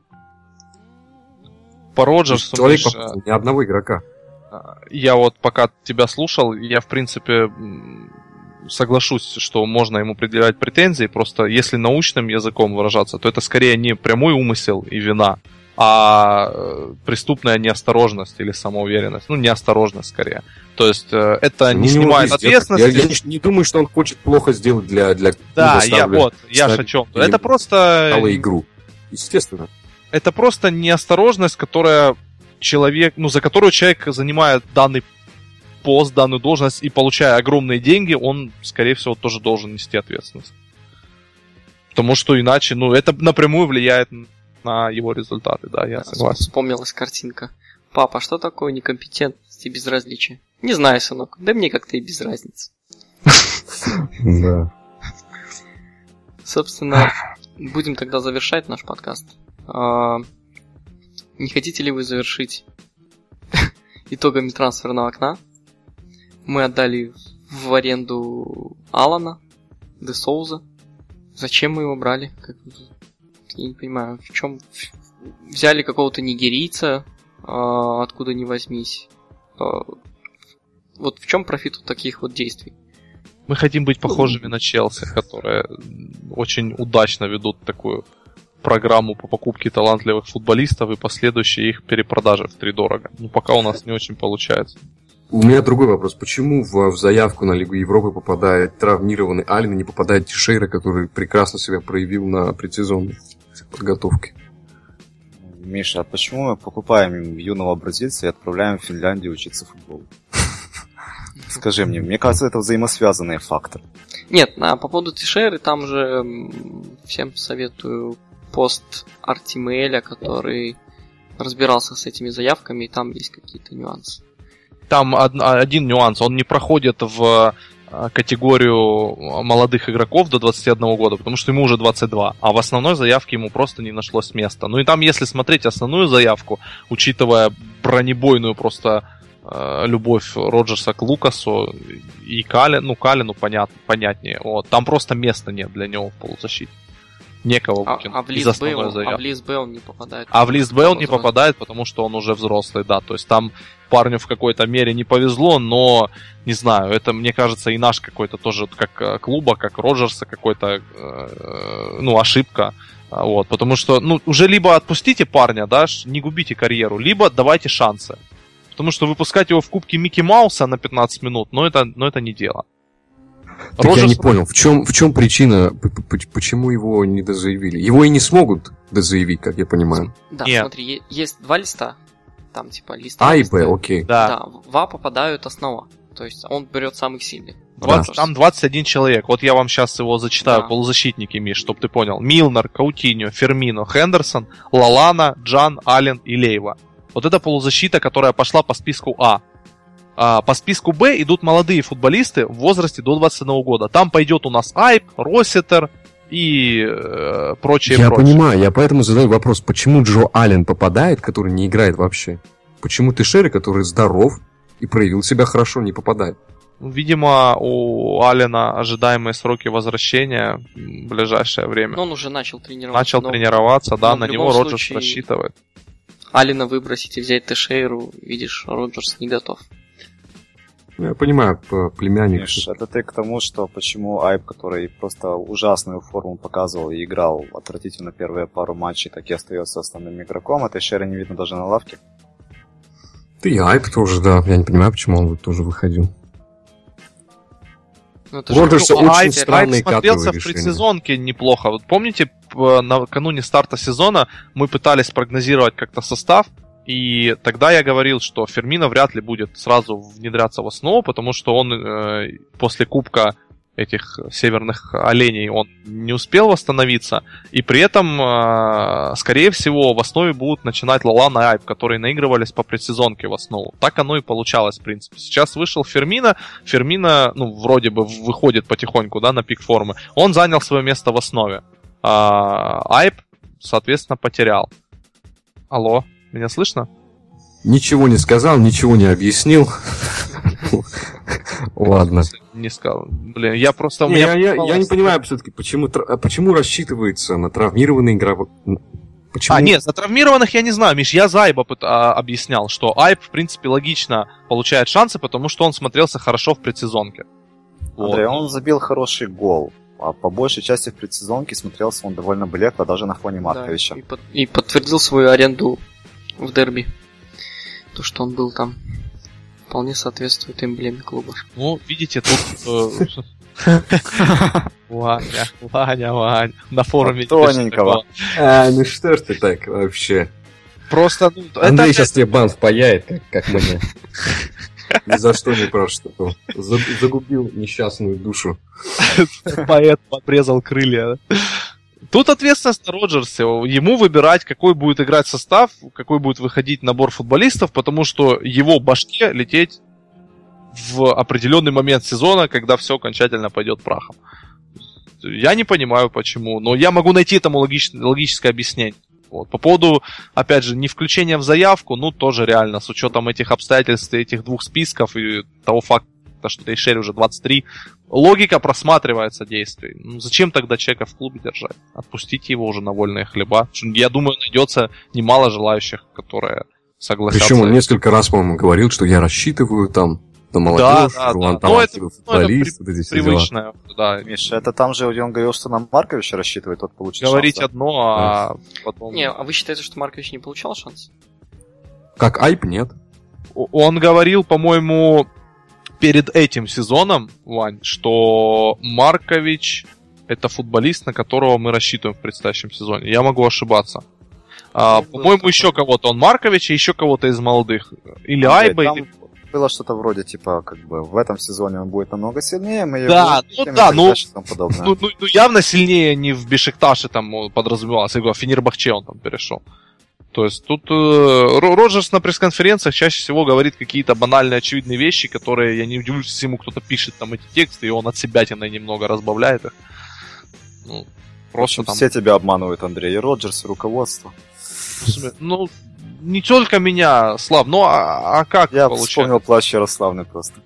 По Роджерсу... Человек попал, ни одного игрока. Я вот пока тебя слушал, я, в принципе... соглашусь, что можно ему предъявлять претензии, просто если научным языком выражаться, то это скорее не прямой умысел и вина, а преступная неосторожность или самоуверенность. Ну, неосторожность скорее. То есть это не, не снимает ответственности. Я, я не, не думаю, что он хочет плохо сделать для... для да, я вот, я ж о чем. Это просто... игру. Естественно. Это просто неосторожность, которая человек, ну, за которую человек занимает данный пост, данную должность, и получая огромные деньги, он, скорее всего, тоже должен нести ответственность. Потому что иначе, ну, это напрямую влияет на его результаты, да, я согласен. Вспомнилась картинка. Папа, что такое некомпетентность и безразличие? Не знаю, сынок, да мне как-то и без разницы. Да. Собственно, будем тогда завершать наш подкаст. Не хотите ли вы завершить итогами трансферного окна? Мы отдали в аренду Алана, Де Соуза. Зачем мы его брали? Как... Я не понимаю, в чем... Взяли какого-то нигерийца, а, откуда ни возьмись. А, вот в чем профит от таких вот действий? Мы хотим быть похожими на Челси, которые очень удачно ведут такую программу по покупке талантливых футболистов и последующей их перепродаже втридорого. Но пока у нас не очень получается. У меня другой вопрос. Почему в, в заявку на Лигу Европы попадает травмированный Аллен и не попадает Тишейра, который прекрасно себя проявил на предсезонной подготовке? Миша, а почему мы покупаем юного бразильца и отправляем в Финляндию учиться футболу? Скажи мне, мне кажется, это взаимосвязанные факторы. Нет, а по поводу Тишеры, там же всем советую пост Артемеля, который разбирался с этими заявками, и там есть какие-то нюансы. Там од- один нюанс, он не проходит в категорию молодых игроков до двадцати одного года, потому что ему уже двадцать два, а в основной заявке ему просто не нашлось места. Ну и там, если смотреть основную заявку, учитывая бронебойную просто э, любовь Роджерса к Лукасу и Кале, ну Калину понят, понятнее, вот, там просто места нет для него в полузащите. Некого а, выкинуть а в из лист Б основной он, заявки. а в лист Б он не попадает. А в лист Б он не попадает, потому что он уже взрослый, да. То есть там парню в какой-то мере не повезло, но, не знаю, это, мне кажется, и наш какой-то тоже, как клуба, как Роджерса какой-то, э, ну, ошибка. Вот, потому что, ну, уже либо отпустите парня, да, не губите карьеру, либо давайте шансы. Потому что выпускать его в Кубке Микки Мауса на пятнадцать минут, ну, это, ну, это не дело. Так Роджерс... Я не понял, в чем, в чем причина, почему его не дозаявили? Его и не смогут дозаявить, как я понимаю. Да, Нет. смотри, есть два листа, там типа лист А и Б, окей. Да. да, в А попадают основа, то есть он берет самых сильных. двадцать, там двадцать один человек, вот я вам сейчас его зачитаю, да. Полузащитники, Миш, чтоб ты понял. Милнер, Каутиньо, Фермино, Хендерсон, Лалана, Джан, Аллен и Лейва. Вот это полузащита, которая пошла по списку А. А по списку Б идут молодые футболисты в возрасте до двадцати одного года. Там пойдет у нас Айп, Росситер и э, прочее. Я прочее. понимаю, я поэтому задаю вопрос, почему Джо Аллен попадает, который не играет вообще? Почему Тишери, который здоров и проявил себя хорошо, не попадает? Видимо, у Аллена ожидаемые сроки возвращения в ближайшее время. Но он уже начал тренироваться. Начал но... тренироваться, да, на него случае... Роджерс рассчитывает. Аллена выбросить и взять Тишеру, видишь, Роджерс не готов. Я понимаю, племянник. Миш, это ты к тому, что почему Айп, который просто ужасную форму показывал и играл отвратительно первые пару матчей, так и остается основным игроком, а Тишера не видно даже на лавке? Ты и Айп тоже, да. Я не понимаю, почему он тоже выходил. Ну, Роджерса ну, очень Айп, странные Айп смотрелся решения. в предсезонке неплохо. Вот помните, накануне старта сезона мы пытались прогнозировать как-то состав, и тогда я говорил, что Фермино вряд ли будет сразу внедряться в основу, потому что он э, после Кубка этих северных оленей он не успел восстановиться, и при этом, э, скорее всего, в основе будут начинать Лалана и Айп, которые наигрывались по предсезонке в основу. Так оно и получалось, в принципе. Сейчас вышел Фермино, Фермино, ну, вроде бы выходит потихоньку, да, на пик формы. Он занял свое место в основе. А Айп, соответственно, потерял. Алло? Меня слышно? Ничего не сказал, ничего не объяснил. Ладно. Не сказал. Блин, я просто... Не, я, я, я не понимаю все-таки, почему, почему рассчитывается на травмированный игрок. Почему? А, нет, на травмированных я не знаю, Миш, я за Айба а, объяснял, что Айб, в принципе, логично получает шансы, потому что он смотрелся хорошо в предсезонке. Андрей, вот. Он забил хороший гол. А по большей части в предсезонке смотрелся он довольно блекло, даже на фоне Марковича. Да, и, под, и подтвердил свою аренду в дерби. То, что он был там, вполне соответствует эмблеме клуба. Ну, видите, тут... Ваня, Ваня, Ваня. На форуме... Тоненького. А, ну что ж ты так вообще? Просто... Андрей сейчас тебе бан впаяет, как мне. Ни за что не просто. Загубил несчастную душу. Поэт подрезал крылья. Тут ответственность на Роджерсе. Ему выбирать, какой будет играть состав, какой будет выходить набор футболистов, потому что его башке лететь в определенный момент сезона, когда все окончательно пойдет прахом. Я не понимаю, почему, но я могу найти этому логич... логическое объяснение. Вот. По поводу, опять же, не включения в заявку, ну, тоже реально, с учетом этих обстоятельств, этих двух списков и того факта, что Тейшери уже двадцать три, логика просматривается действий. Ну, зачем тогда человека в клубе держать? Отпустите его уже на вольные хлеба. Я думаю, найдется немало желающих, которые согласятся. Причем он несколько раз, по-моему, говорил, что я рассчитываю там на молодежь, да, да, да. Ну, это, футболист, ну, это при, привычное, да. Миша, это там же, где он говорил, что на Марковича рассчитывает, тот получит Говорить шанс, одно, а да. Потом... Не, а вы считаете, что Маркович не получал шанс? Как Айп, нет. Он говорил, по-моему, перед этим сезоном, Вань, что Маркович это футболист, на которого мы рассчитываем в предстоящем сезоне. Я могу ошибаться. А, по-моему, еще кого-то. Он Маркович и еще кого-то из молодых. Или А, Айба, там или... было что-то вроде, типа, как бы, в этом сезоне он будет намного сильнее, мы Да, ну да, ну, подобное. ну, ну, ну явно сильнее не в Бешикташе там подразумевалось, я говорю, в Фенербахче он там перешел. То есть тут э, Роджерс на пресс-конференциях чаще всего говорит какие-то банальные, очевидные вещи, которые, я не удивлюсь, если ему кто-то пишет там эти тексты, и он от себятины немного разбавляет их. Ну, просто там... Все тебя обманывают, Андрей, и Роджерс, и руководство. Ну, не только меня, Слав, ну а, а как Я получается? вспомнил плащ Ярославный просто.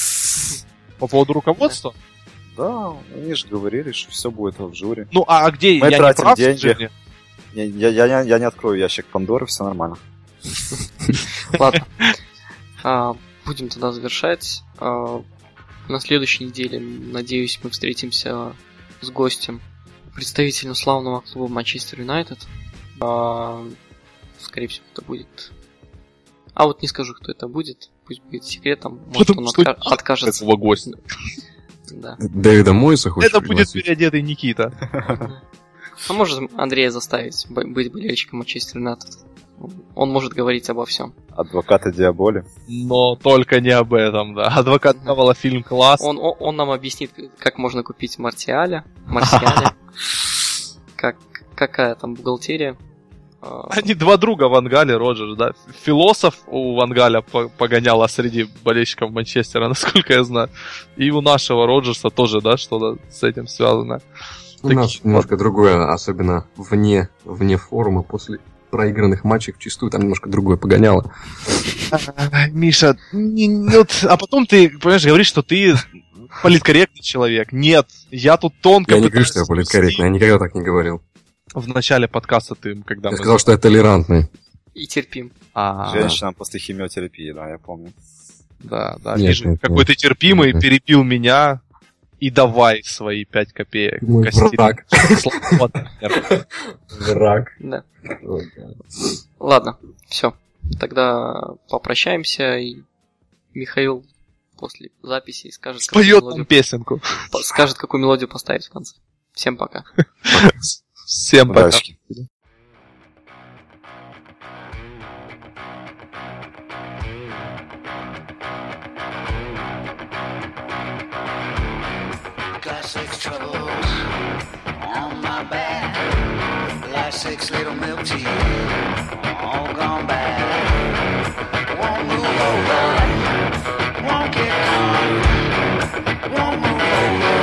По поводу руководства? Да, они же говорили, что все будет в жюри. Ну, а где? Мы я тратим не прав, деньги. Женя? Я, я, я, я не открою ящик Пандоры, все нормально. Ладно. А, будем тогда завершать. А, на следующей неделе, надеюсь, мы встретимся с гостем, представителем славного клуба Манчестер Юнайтед. А, скорее всего, это будет... А вот не скажу, кто это будет. Пусть будет секретом. Может, Потому он что отка- откажется. Этого гостя. Да. Дэвида Мойса хочешь Это будет пригласить? переодетый Никита. А может Андрея заставить б- быть болельщиком Манчестер Юнайтед. Он может говорить обо всем. Адвокаты Диаболи. Но только не об этом, да. Адвокат Дьявола фильм класс. Он, он, он нам объяснит, как можно купить Мартиаля. Марсиаля. Как, какая там бухгалтерия. А, Они два друга Ван Галя, Роджерс, да. Философ у Ван Галя по- погоняла среди болельщиков Манчестера, насколько я знаю. И у нашего Роджерса тоже, да, что-то с этим связано. У нас немножко другое, особенно вне, вне форума, после проигранных матчей вчистую, там немножко другое погоняло. Ай, Миша, не- не вот, а потом ты, понимаешь, говоришь, что ты политкорректный человек. Нет, я тут тонко Я не говорю, что я пытаюсь политкорректный, я никогда так не говорил. В начале подкаста ты, когда Я мы... сказал, что я толерантный. и терпим. А, Женщина после химиотерапии, да, я помню. да, да, Нет, вижу, нет, какой нет. ты терпимый, Нет. перепил меня, и давай свои пять копеек. Мой Костяк. враг. Вот, например. Враг. Да. Ладно, все. Тогда попрощаемся, и Михаил после записи скажет, какую Споет нам мелодию, песенку. по- скажет, какую мелодию поставить в конце. Всем пока. Всем пока. Удачи. Got six troubles on my back. Last six little milk tea, all gone bad. Won't move over, won't get caught, won't move over.